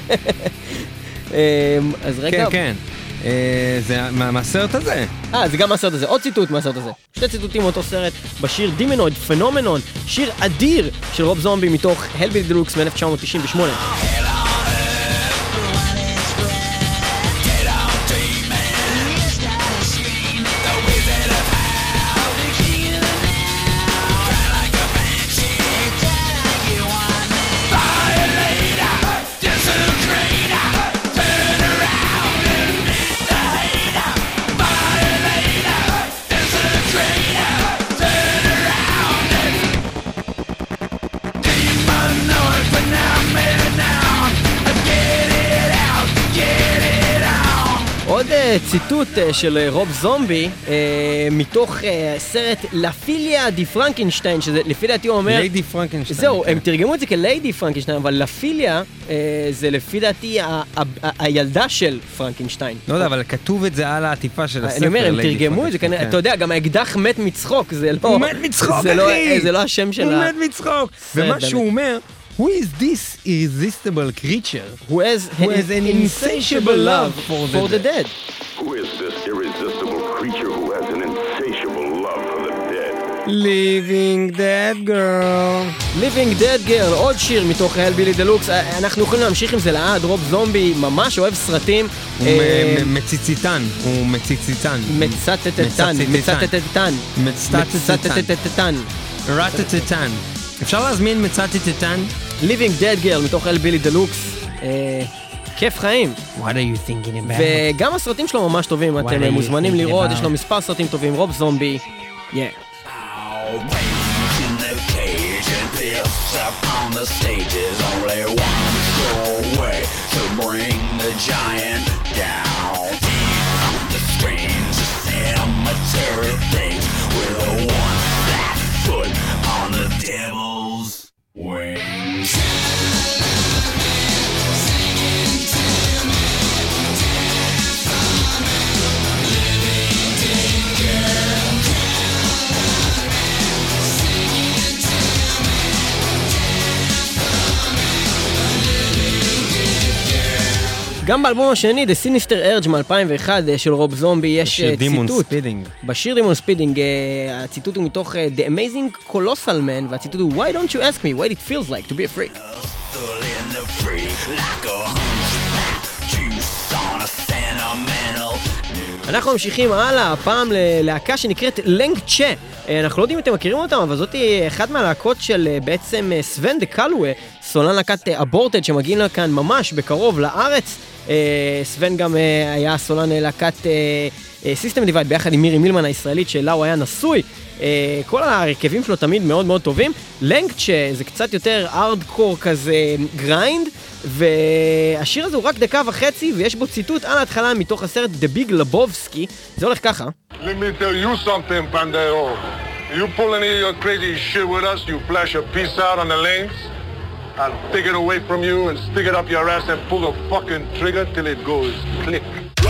אז רגע... כן, כן. זה מהסרט הזה. אה, זה גם מהסרט הזה. עוד ציטוט מהסרט הזה. שתי ציטוטים מאותו סרט בשיר דימנויד פנומנון, שיר אדיר של רוב זומבי מתוך הלבילי דילוקס מ-אלף תשע מאות תשעים ושמונה. עוד ציטוט של רוב זומבי מתוך סרט לפיליה די פרנקנשטיין, שזה לפי דעתי הוא אומר... ליידי פרנקנשטיין. זהו, הם תרגמו את זה כליידי פרנקנשטיין, אבל לפיליה זה לפי דעתי הילדה של פרנקנשטיין. לא יודע, אבל כתוב את זה על העטיפה של הספר. אני אומר, הם תרגמו את זה, אתה יודע, גם האקדח מת מצחוק, זה לא... הוא מת מצחוק, אחי! זה לא השם של ה... הוא מת מצחוק! ומה שהוא אומר... Who is this irresistible creature who has, who has an insatiable love for the, for the dead? Who is this irresistible creature who has an insatiable love for the dead? Living Dead Girl. Living Dead Girl, עוד שיר מתוך הלבילי דלוקס. אנחנו יכולים להמשיך עם זה לעד. רוב זומבי ממש אוהב סרטים. הוא מציציתן, הוא מציציתן. מצטטטן, מצטטטן. מצטטטן. רטטטן. אפשר להזמין מצטטטן? Living Dead Girl מתוך הלבילי דלוקס. כיף חיים. What are you thinking about? וגם הסרטים שלו ממש טובים, אתם מוזמנים לראות, יש לו מספר סרטים טובים, רוב זומבי. Yeah. in the cage and piss up on the stage is only one sure way to bring the giant down. On the strange cemetery things with a one flat foot on the devil's wings. גם באלבום השני, The Sinister Urge מ-אלפיים ואחת של רוב זומבי, יש ציטוט. בשיר דימון ספידינג, הציטוט הוא מתוך The Amazing Colossal Man, והציטוט הוא Why don't you ask me what it feels like to be a freak? אנחנו ממשיכים הלאה, הפעם ללהקה שנקראת לנג צ'ה. אנחנו לא יודעים אם אתם מכירים אותם, אבל זאת אחת מהלהקות של בעצם סוון דה קלווה, סולן להקת אבורטד שמגיעים לכאן ממש בקרוב לארץ. סוון גם היה סולן להקת סיסטם דיווייד ביחד עם מירי מילמן הישראלית שלה הוא היה נשוי. כל הרכבים שלו תמיד מאוד מאוד טובים. לנג צ'ה זה קצת יותר ארדקור כזה גריינד, והשיר הזה הוא רק דקה וחצי ויש בו ציטוט על ההתחלה מתוך הסרט The Big Lebowski. זה הולך ככה. Let me tell you something, Pandero. You pull any of your crazy shit with us, you flash a piece out on the lanes, I'll take it away from you and stick it up your ass and pull the fucking trigger till it goes click.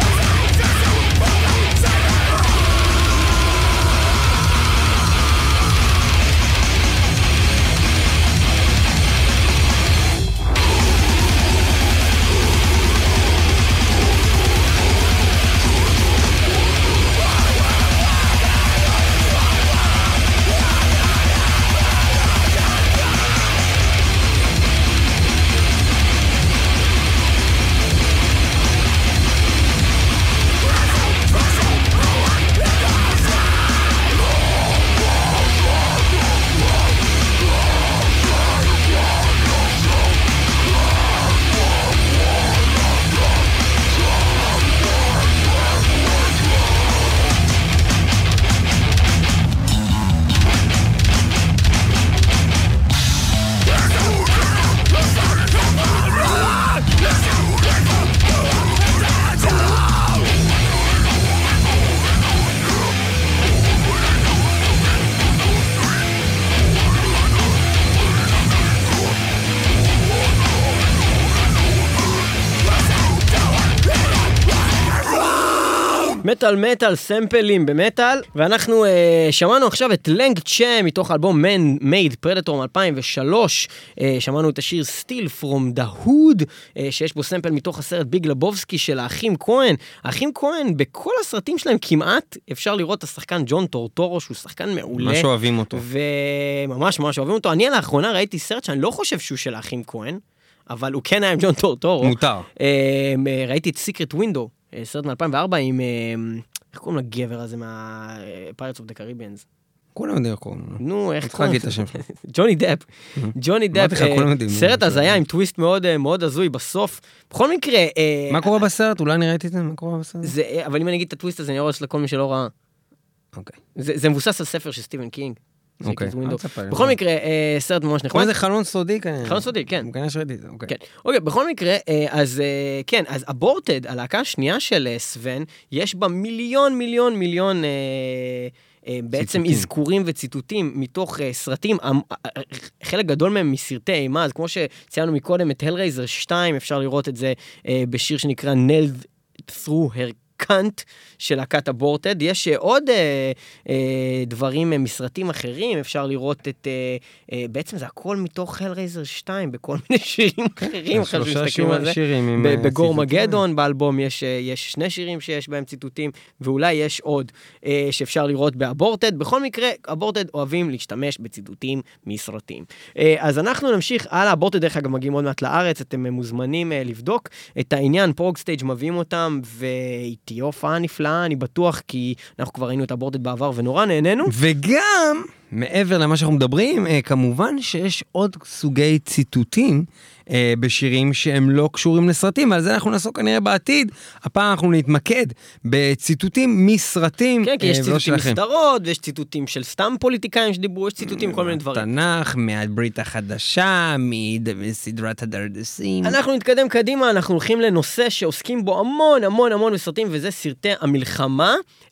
מטל מטל, סמפלים במטל, ואנחנו uh, שמענו עכשיו את לנג צ'ה מתוך אלבום Man Made Predator מ-אלפיים ושלוש, uh, שמענו את השיר Still From The Hood, uh, שיש בו סמפל מתוך הסרט ביג לבובסקי של האחים כהן. האחים כהן, בכל הסרטים שלהם כמעט, אפשר לראות את השחקן ג'ון טורטורו, שהוא שחקן מעולה. ממש אוהבים אותו. וממש ממש אוהבים אותו. אני לאחרונה ראיתי סרט שאני לא חושב שהוא של האחים כהן, אבל הוא כן היה עם ג'ון טורטורו. מותר. Uh, ראיתי את Secret Window, סרט מ-אלפיים וארבע עם, איך קוראים לגבר הזה מה-Pirates of the Caribbean? כולם יודעים איך קוראים. נו, איך קוראים? את השם שלו. ג'וני דאפ. ג'וני דאפ, סרט הזה היה עם טוויסט מאוד הזוי בסוף. בכל מקרה... מה קורה בסרט? אולי אני ראיתי את זה? מה קורה בסרט? אבל אם אני אגיד את הטוויסט הזה, אני ארוץ לכל מי שלא ראה. אוקיי. זה מבוסס על ספר של סטיבן קינג. אוקיי. בכל מקרה, סרט ממש נחמד. כמו איזה חלון סודי כאן. חלון סודי, כן. כנראה שראיתי את זה, אוקיי. אוקיי, בכל מקרה, אז כן, אז אבורטד, הלהקה השנייה של סוון, יש בה מיליון מיליון מיליון בעצם אזכורים וציטוטים מתוך סרטים, חלק גדול מהם מסרטי אימה, אז כמו שציינו מקודם את הלרייזר שתיים, אפשר לראות את זה בשיר שנקרא Nailed Through Her קאנט של להקת אבורטד. יש עוד אה, אה, דברים אה, מסרטים אחרים, אפשר לראות את, אה, אה, בעצם זה הכל מתוך הלרייזר שתיים, בכל מיני שירים אחרים, שלושה שירים. בגור מגדון, באלבום יש, יש שני שירים שיש בהם ציטוטים, ואולי יש עוד אה, שאפשר לראות באבורטד. בכל מקרה, אבורטד אוהבים להשתמש בציטוטים מסרטים. אה, אז אנחנו נמשיך הלאה. אבורטד דרך אגב מגיעים עוד מעט לארץ, אתם מוזמנים אה, לבדוק את העניין, פרוגסטייג' מביאים אותם, ותהיה הופעה נפלאה, אני בטוח, כי אנחנו כבר ראינו את אבורטד בעבר ונורא נהנינו. וגם, מעבר למה שאנחנו מדברים, אה, כמובן שיש עוד סוגי ציטוטים, בשירים שהם לא קשורים לסרטים, על זה אנחנו נעסוק כנראה בעתיד. הפעם אנחנו נתמקד בציטוטים מסרטים. כן, כי יש ציטוטים מסדרות, ויש ציטוטים של סתם פוליטיקאים שדיברו, יש ציטוטים כל מיני דברים. תנ"ך, מהברית החדשה, מסדרת הדרדסים. אנחנו נתקדם קדימה, אנחנו הולכים לנושא שעוסקים בו המון המון המון בסרטים, וזה סרטי המלחמה,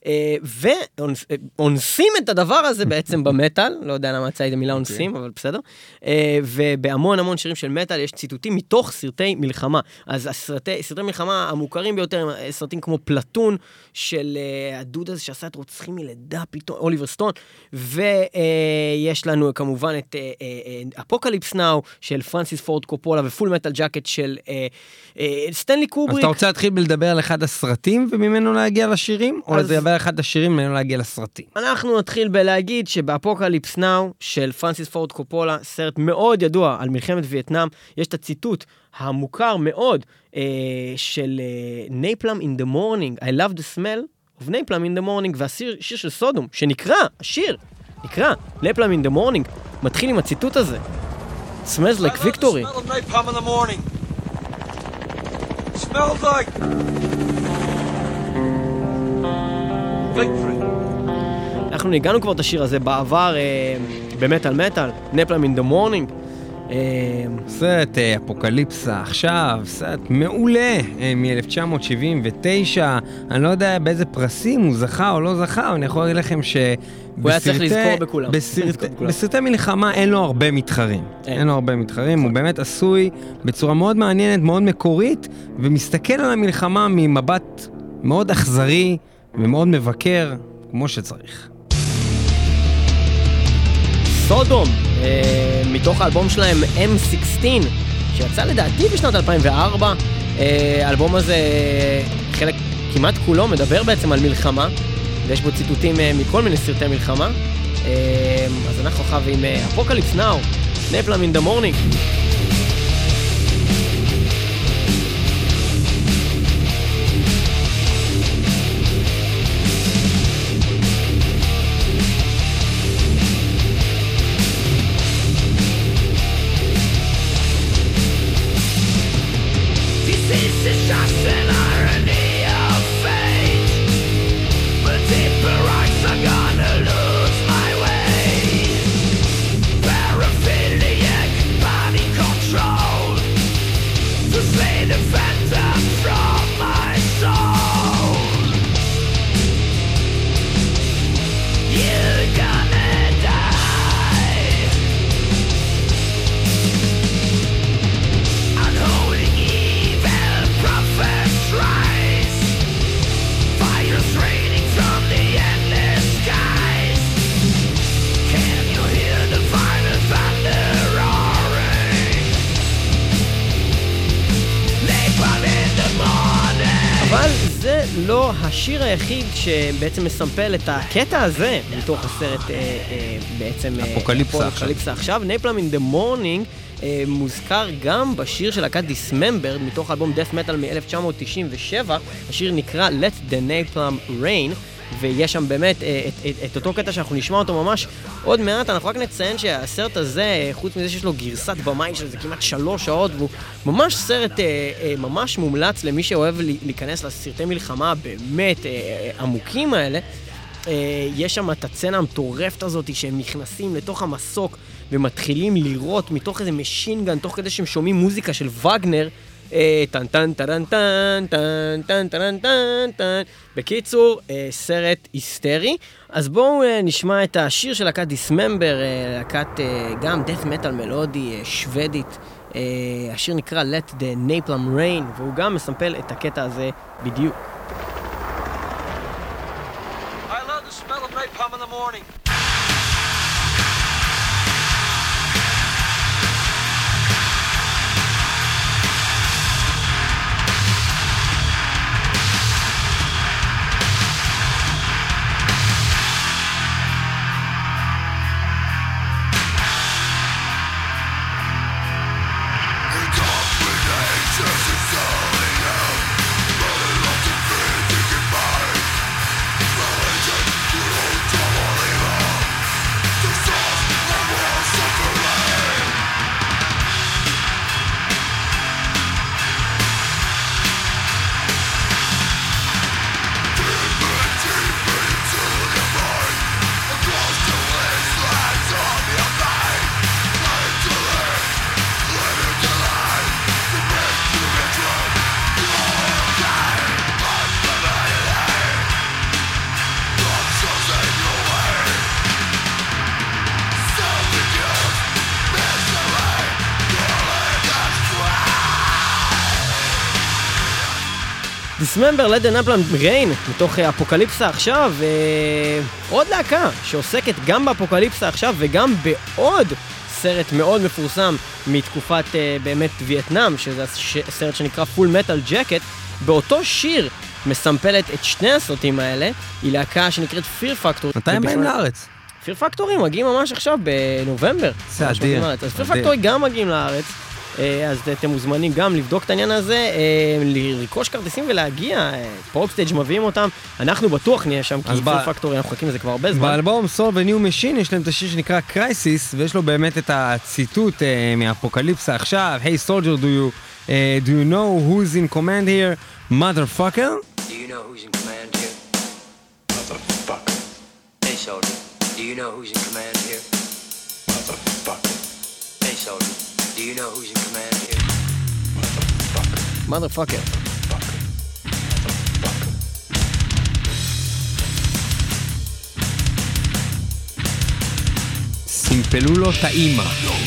ואונסים את הדבר הזה בעצם במטל, לא יודע למה יצא את המילה אונסים, אבל בסדר. ובהמון המון שירים של מטל יש ציטוטים מתוך סרטי מלחמה. אז הסרטי, סרטי מלחמה המוכרים ביותר הם סרטים כמו פלטון של uh, הדוד הזה שעשה את רוצחים מלידה פתאום, אוליבר סטון, ויש uh, לנו כמובן את אפוקליפס uh, נאו uh, של פרנסיס פורד קופולה ופול מטל ג'קט של uh, uh, סטנלי קובריק. אז אתה רוצה להתחיל בלדבר על אחד הסרטים וממנו להגיע לשירים? או אז... לדבר על אחד השירים וממנו להגיע לסרטים? אנחנו נתחיל בלהגיד שבאפוקליפס נאו של פרנסיס פורד קופולה, סרט מאוד ידוע על מלחמת וייטנאם, יש את הציטוט המוכר מאוד uh, של uh, Napalm in the morning, I love the smell of Napalm in the morning, והשיר שיר של סודום, שנקרא, השיר, נקרא Napalm in the morning, מתחיל עם הציטוט הזה. Smells like victory. I love the smell of napalm in the morning. It smells like victory. אנחנו ניגענו כבר את השיר הזה בעבר, uh, במטל מטל, Napalm in the morning, סרט אפוקליפסה עכשיו, סרט מעולה מ-אלף תשע מאות שבעים ותשע, אני לא יודע באיזה פרסים הוא זכה או לא זכה, אבל אני יכול להגיד לכם הוא היה צריך לזכור בכולם. בסרטי מלחמה אין לו הרבה מתחרים, אין לו הרבה מתחרים, הוא באמת עשוי בצורה מאוד מעניינת, מאוד מקורית, ומסתכל על המלחמה ממבט מאוד אכזרי ומאוד מבקר, כמו שצריך. סודום, אה, מתוך האלבום שלהם אם שש עשרה, שיצא לדעתי בשנת אלפיים וארבע. אה, האלבום הזה, חלק כמעט כולו, מדבר בעצם על מלחמה, ויש בו ציטוטים אה, מכל מיני סרטי מלחמה. אה, אז אנחנו חווים אפוקליפס נאו, Napalm in the morning. לא השיר היחיד שבעצם מסמפל את הקטע הזה מתוך הסרט אה, אה, בעצם אפוקליפסה עכשיו. עכשיו. Napalm in the morning אה, מוזכר גם בשיר של להקת Dismembered מתוך אלבום Death Metal מ-אלף תשע מאות תשעים ושבע. השיר נקרא Let the Napalm Rain, ויש שם באמת את, את, את אותו קטע שאנחנו נשמע אותו ממש עוד מעט. אנחנו רק נציין שהסרט הזה, חוץ מזה שיש לו גרסת במאי של זה כמעט שלוש שעות, והוא ממש סרט ממש מומלץ למי שאוהב להיכנס לסרטי מלחמה באמת עמוקים האלה. יש שם את הצנה המטורפת הזאת שהם נכנסים לתוך המסוק ומתחילים לראות מתוך איזה משינגן, תוך כדי שהם שומעים מוזיקה של וגנר, טן טן טן טן טן טן טן טן טן. בקיצור, סרט היסטרי. אז בואו נשמע את השיר של להקת דיסממבר, להקת גם death metal מלודי שוודית. השיר נקרא Let the Napalm Rain, והוא גם מסמפל את הקטע הזה בדיוק. morning. Dismember, Let the Napalm Rain, מתוך אפוקליפסה עכשיו, ועוד להקה שעוסקת גם באפוקליפסה עכשיו וגם בעוד סרט מאוד מפורסם מתקופת באמת וייטנאם, שזה סרט שנקרא Full Metal Jacket. באותו שיר מסמפלת את שני הסרטים האלה, היא להקה שנקראת Fear Factory. מתי הם באים לארץ? Fear Factory מגיעים ממש עכשיו בנובמבר. זה אדיר. אז Fear Factory גם מגיעים לארץ. אז אתם מוזמנים גם לבדוק את העניין הזה, לרכוש כרטיסים ולהגיע, פרופסטייג' מביאים אותם, אנחנו בטוח נהיה שם, כי Fear Factory אנחנו חכים לזה כבר הרבה זמן. באלבום Soul of a New Machine יש להם את השיר שנקרא Crisis, ויש לו באמת את הציטוט מהאפוקליפסה עכשיו, Hey soldier, do you, uh, do you know who's in command here, motherfucker? Do you know who's in command here? Motherfucker. Hey soldier, do you know who's in command here? Motherfucker. Hey soldier. Do you know who's in command here? Motherfucker. Motherfucker. סימפלו לו טעימה.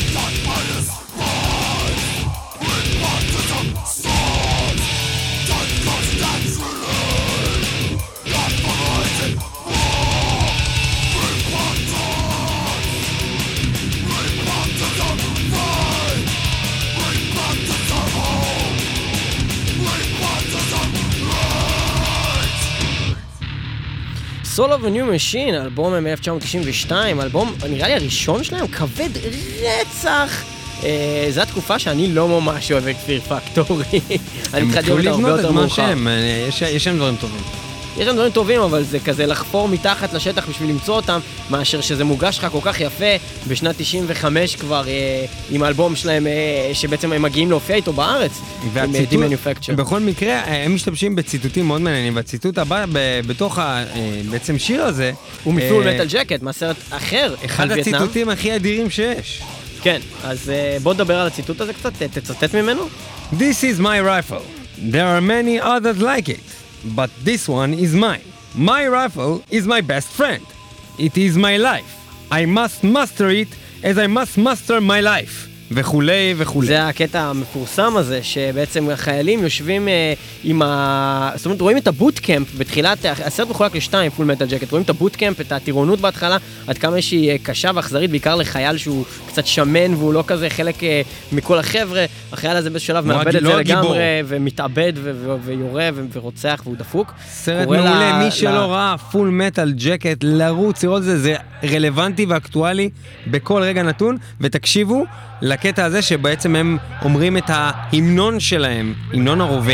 Soul of a New Machine, אלבום מ-אלף תשע מאות תשעים ושתיים, אלבום נראה לי הראשון שלהם, כבד רצח. זו התקופה שאני לא ממש אוהב את Fear Factory. אני מתחדד אותה הרבה יותר מאוחר. יש שם דברים טובים. יש שם דברים טובים, אבל זה כזה לחפור מתחת לשטח בשביל למצוא אותם, מאשר שזה מוגש לך כל כך יפה בשנת תשעים וחמש כבר, עם האלבום שלהם, שבעצם הם מגיעים להופיע איתו בארץ, עם D-Manufacture. בכל מקרה, הם משתמשים בציטוטים מאוד מעניינים, והציטוט הבא בתוך בעצם שיר הזה, הוא מפול מטל ג'קט, מהסרט אחר, אחד הציטוטים הכי אדירים שיש. כן, אז בוא נדבר על הציטוט הזה קצת, תצטט ממנו. This is my rifle. There are many others like it. But this one is mine. My rifle is my best friend. It is my life. I must master it as I must master my life. וכולי וכולי. זה הקטע המפורסם הזה, שבעצם החיילים יושבים אה, עם ה... זאת אומרת, רואים את הבוטקאמפ בתחילת, הסרט מחולק לשתיים, פול מטל ג'קט, רואים את הבוטקאמפ, את הטירונות בהתחלה, עד כמה שהיא קשה ואכזרית, בעיקר לחייל שהוא קצת שמן, והוא לא כזה חלק אה, מכל החבר'ה, החייל הזה בשלב מאבד את זה לגמרי, ומתאבד ו- ו- ויורה ו- ורוצח, והוא דפוק. סרט מעולה, מי שלא ראה פול מטל ג'קט, לרוץ, לראות זה, זה רלוונטי ואקטואלי בכל רגע נתון, ותקשיבו לקטע הזה שבעצם הם אומרים את ההמנון שלהם, המנון הרובה.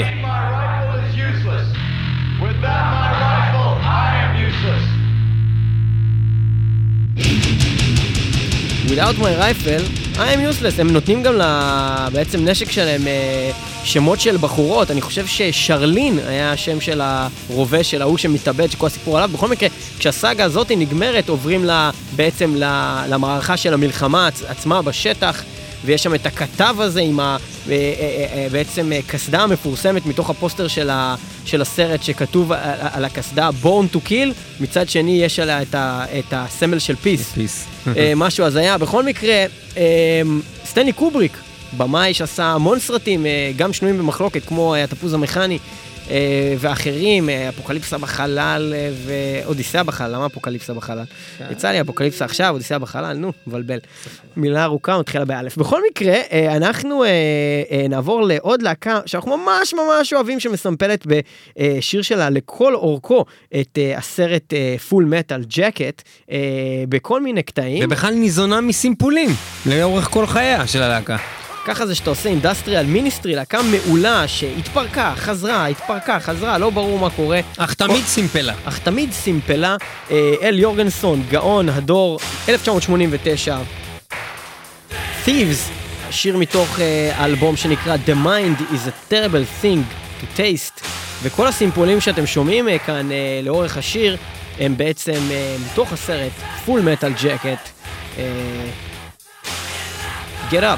Without my rifle, I am useless. הם נותנים גם בעצם נשק שלהם שמות של בחורות. אני חושב ששרלין היה השם של הרובה של ההוא שמתאבד, שכל הסיפור עליו. בכל מקרה, כשהסאגה הזאת נגמרת, עוברים לה, בעצם למערכה של המלחמה עצמה בשטח, ויש שם את הכתב הזה עם ה... בעצם כסדה המפורסמת מתוך הפוסטר של, ה... של הסרט שכתוב על הכסדה Born to Kill, מצד שני יש עליה את, ה... את הסמל של פיס. פיס. משהו אז היה. בכל מקרה, סטנלי קובריק, במאי שעשה המון סרטים, גם שנויים במחלוקת, כמו התפוז המכני, ואחרים, אפוקליפסה בחלל ואודיסאה בחלל. למה אפוקליפסה בחלל? יצא לי אפוקליפסה עכשיו, אודיסאה בחלל, נו, מבלבל. מילה ארוכה, מתחילה באלף. בכל מקרה, אנחנו נעבור לעוד להקה שאנחנו ממש ממש אוהבים, שמסמפלת בשיר שלה לכל אורכו את הסרט פול מטל ג'קט, בכל מיני קטעים. ובכלל ניזונה מסימפולים, לאורך כל חייה של הלהקה. ככה זה שאתה עושה אינדסטריאל מיניסטרי, להקה מעולה שהתפרקה, חזרה, התפרקה, חזרה, לא ברור מה קורה. אך תמיד סימפלה. אך תמיד סימפלה. אל יורגנסון, גאון, הדור, אלף תשע מאות שמונים ותשע. Thieves, שיר מתוך אלבום שנקרא The Mind is a Terrible Thing to Taste. וכל הסימפולים שאתם שומעים כאן לאורך השיר, הם בעצם מתוך הסרט Full Metal Jacket. Get up.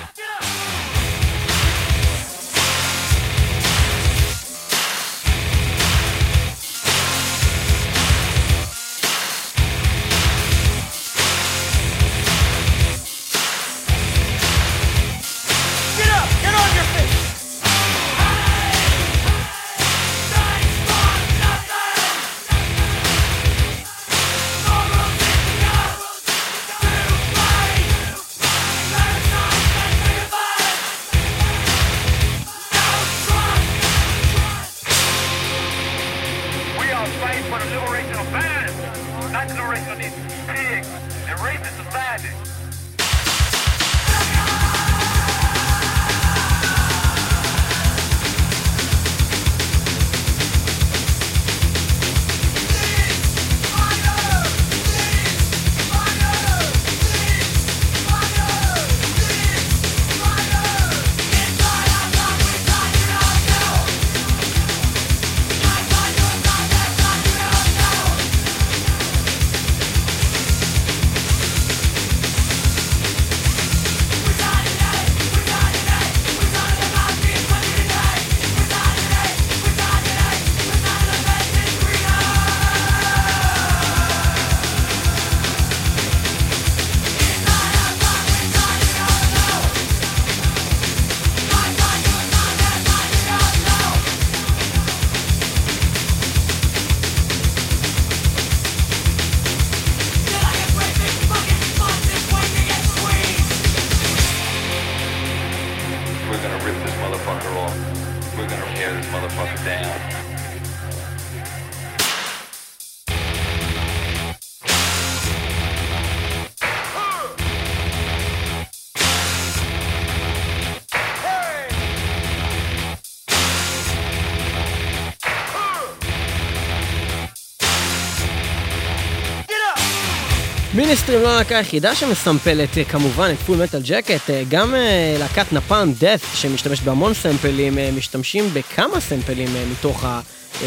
מיניסטרים לא הלהקה היחידה שמסמפלת כמובן את פול מטל ג'קט, גם להקת נפאלם דאת' שמשתמשת בהמון סמפלים, משתמשים בכמה סמפלים מתוך, ה,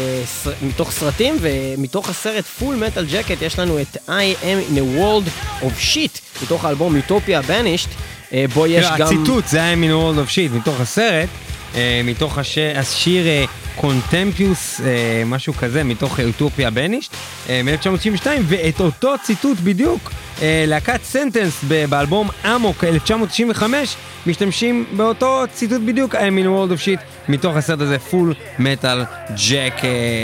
מתוך סרטים, ומתוך הסרט פול מטל ג'קט יש לנו את I am in a world of shit מתוך האלבום יוטופיה Banished, בו יש גם... הציטוט זה I am in a world of shit מתוך הסרט, מתוך השיר קונטמפיוס, משהו כזה, מתוך יוטופיה Banished מ-אלף תשע מאות תשעים ושתיים, ואת אותו ציטוט בדיוק להקת סנטנס באלבום אמוק אלף תשע מאות תשעים וחמש משתמשים באותו ציטוט בדיוק, I am in a world of shit מתוך הסרט הזה פול מטל ג'קט.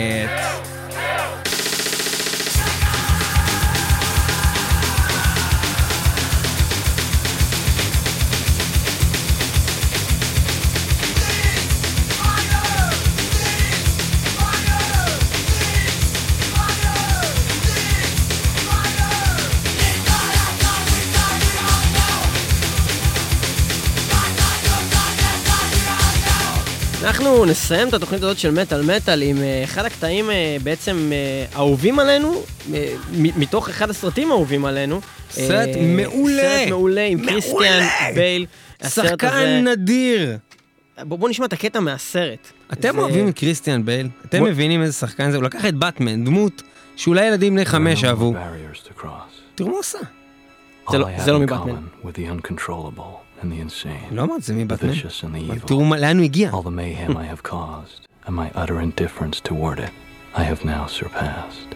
אנחנו נסיים את התוכנית הזאת של מטל מטל עם אחד הקטעים בעצם אהובים עלינו, מתוך אחד הסרטים אהובים עלינו. סרט מעולה. סרט מעולה עם קריסטיאן בייל. שחקן נדיר. בואו נשמע את הקטע מהסרט. אתם אוהבים את קריסטיאן בייל? אתם מבינים איזה שחקן זה? הוא לקח את באטמן, דמות שאולי ילדים בני חמש אהבו. תראו מה עושה. זה לא מבאטמן. And the insane, לא אמרת, זה מבטמן. the vicious and the evil. תראו לאן הוא הגיע. All the mayhem I have caused, and my utter indifference toward it, I have now surpassed.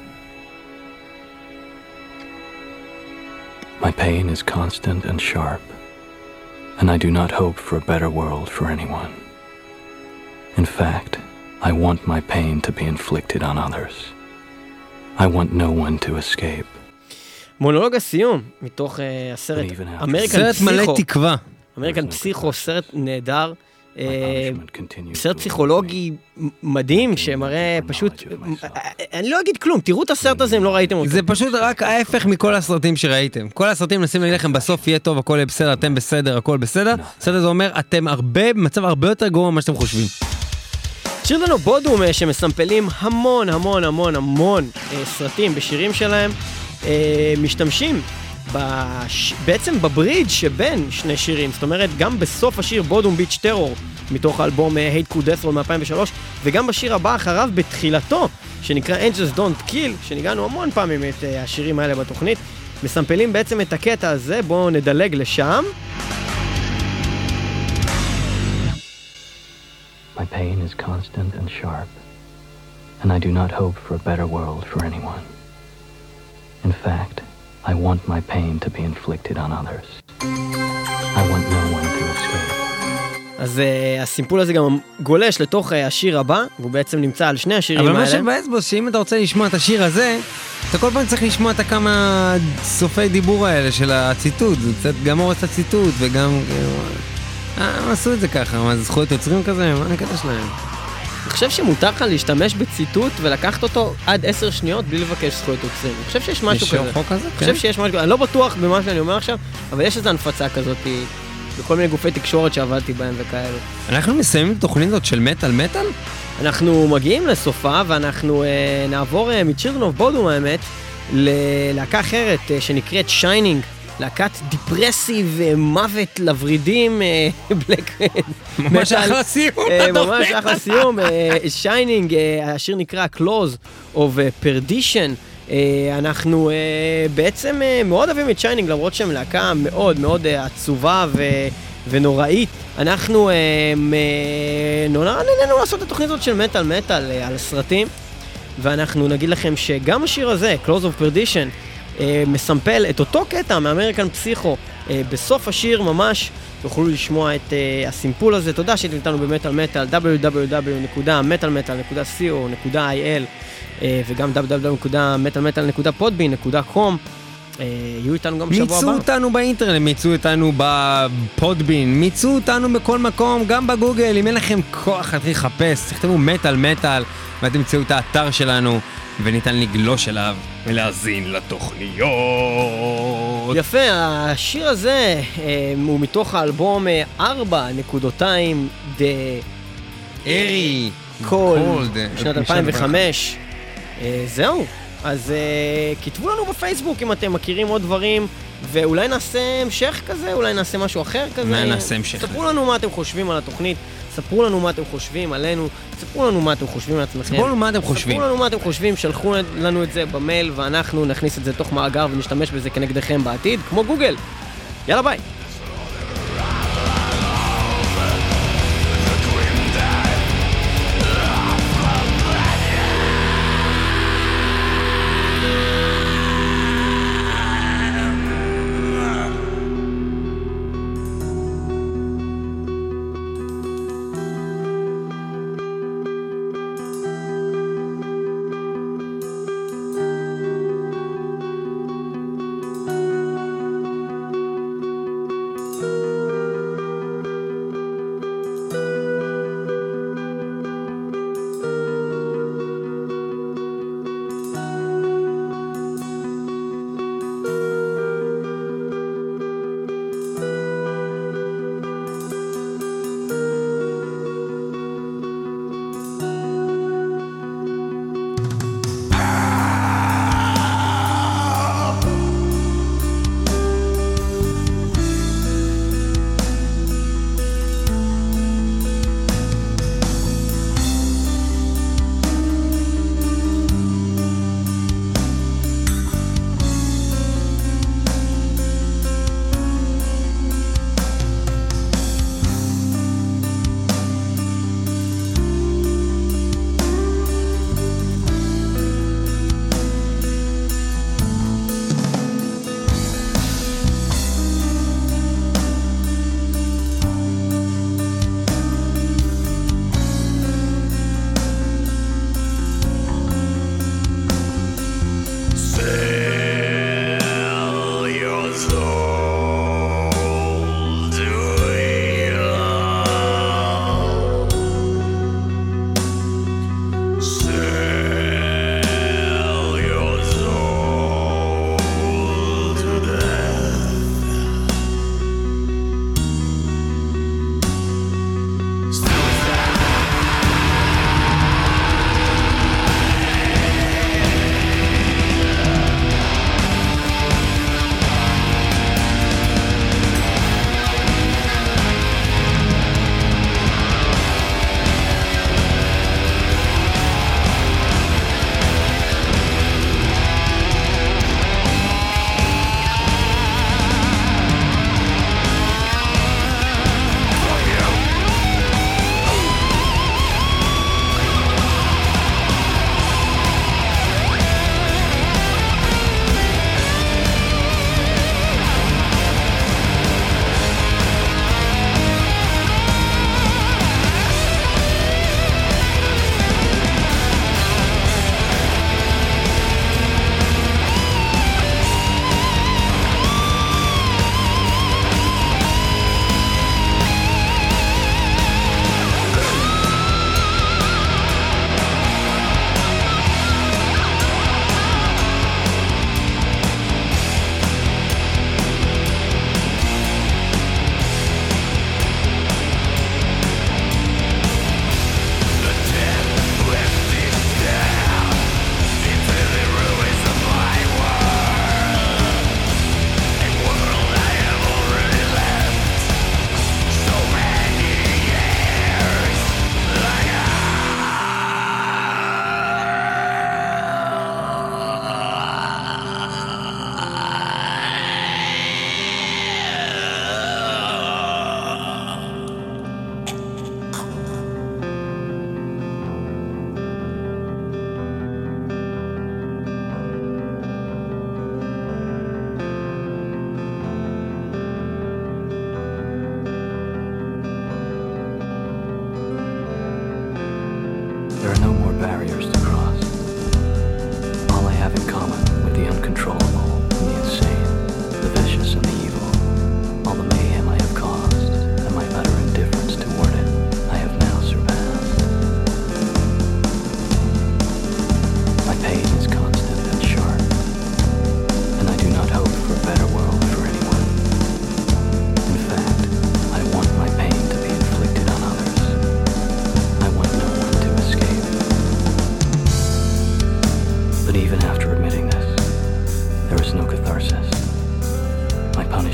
My pain is constant and sharp, and I do not hope for a better world for anyone. In fact, I want my pain to be inflicted on others. I want no one to escape. מונולוג הסיום, מתוך uh, הסרט אמריקן סרט פסיכו. מלא תקווה. אמריקן פסיכו, סרט נהדר. Uh, סרט פסיכולוגי מדהים, שמראה פשוט... אני לא אגיד כלום, תראו את הסרט הזה אם לא ראיתם אותו. זה פשוט רק ההפך מכל הסרטים שראיתם. כל הסרטים נשים להגיד לכם, בסוף יהיה טוב, הכל יהיה בסדר, אתם בסדר, הכל בסדר. הסרט הזה אומר, אתם הרבה, במצב הרבה יותר גרוע ממה שאתם חושבים. צ'ילדרן אוף בודום שמסמפלים המון המון המון המון אה, סרטים בשירים שלהם, אה, משתמשים בש... בעצם בברידג' שבין שני שירים, זאת אומרת גם בסוף השיר בודום ביץ' טרור מתוך האלבום Hate Could Death Roll מ-אלפיים ושלוש, וגם בשיר הבא אחריו בתחילתו שנקרא Angels Don't Kill, שניגענו המון פעמים את אה, השירים האלה בתוכנית, מסמפלים בעצם את הקטע הזה. בואו נדלג לשם. My pain is constant and sharp, and I do not hope for a better world for anyone. In fact, I want my pain to be inflicted on others. I want no one to escape. אז uh, הסימפול הזה גם גולש לתוך uh, השיר הבא, והוא בעצם נמצא על שני השירים האלה. אבל מה שבאס בו, שאם אתה רוצה לשמוע את השיר הזה, אתה כל פעם צריך לשמוע את הכמה סופי דיבור האלה של הציטוט, זה קצת גם הורס את הציטוט וגם... אה, הם עשו את זה ככה, מה זה זכויות יוצרים כזה? מה הקטע שלהם? אני חושב שמותר לך להשתמש בציטוט ולקחת אותו עד עשר שניות בלי לבקש זכויות יוצרים. אני חושב שיש משהו כזה. יש חוק כזה? אני חושב שיש משהו כזה. אני לא בטוח במה שאני אומר עכשיו, אבל יש איזו הנפצה כזאת בכל מיני גופי תקשורת שעבדתי בהם וכאלו. אנחנו מסיימים את התוכנית הזאת של מטל מטל? אנחנו מגיעים לסופה ואנחנו אה, נעבור אה, מצ'ילדרן אוף בודום האמת ללהקה אחרת אה, שנקראת שיינינג. להקת דיפרסיב, מוות לברידים, בלק... ממש אחלה סיום. ממש אחלה סיום. שיינינג, השיר נקרא Close of Perdition. אנחנו בעצם מאוד אוהבים את שיינינג, למרות שהם להקה מאוד מאוד עצובה ונוראית. אנחנו נורא נהנינו לעשות את התוכנית הזאת של מטל מטל על הסרטים, ואנחנו נגיד לכם שגם השיר הזה, Close of Perdition, מסמפל את אותו קטע מאמריקן פסיכו. בסוף השיר ממש תוכלו לשמוע את הסימפול הזה. תודה שהייתם איתנו במטל מטל, דאבליו דאבליו דאבליו נקודה מטל מטל נקודה סי או נקודה איי אל וגם דאבליו דאבליו דאבליו נקודה מטל מטל נקודה פודבין נקודה קום. יהיו איתנו גם בשבוע הבא. מיצו אותנו באינטרנט, מיצו אותנו בפודבין, מיצו אותנו בכל מקום, גם בגוגל. אם אין לכם כוח להתחיל לחפש, תכתבו מטל מטל ואתם תמצאו את האתר שלנו וניתן לגלוש אליו ולהזין לתוכניות. יפה, השיר הזה אה, הוא מתוך האלבום ארבע נקודותיים דה ארי קולד שנת אלפיים וחמש. אה, זהו, אז אה, כתבו לנו בפייסבוק אם אתם מכירים עוד דברים, ואולי נעשה המשך כזה, אולי נעשה משהו אחר כזה. אולי נעשה המשך. ספרו לנו מה אתם חושבים על התוכנית, ספרו לנו מה אתם חושבים עלינו, ספרו לנו מה אתם חושבים על עצמכם. ספרו לנו מה אתם חושבים. ספרו לנו מה אתם חושבים, שלחו לנו את זה במייל, ואנחנו נכניס את זה תוך מאגר ונשתמש בזה כנגדכם בעתיד, כמו גוגל. יאללה ביי.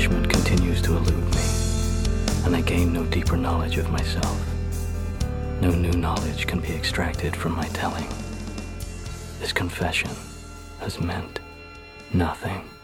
punishment continues to elude me, and I gain no deeper knowledge of myself. No new knowledge can be extracted from my telling. This confession has meant nothing.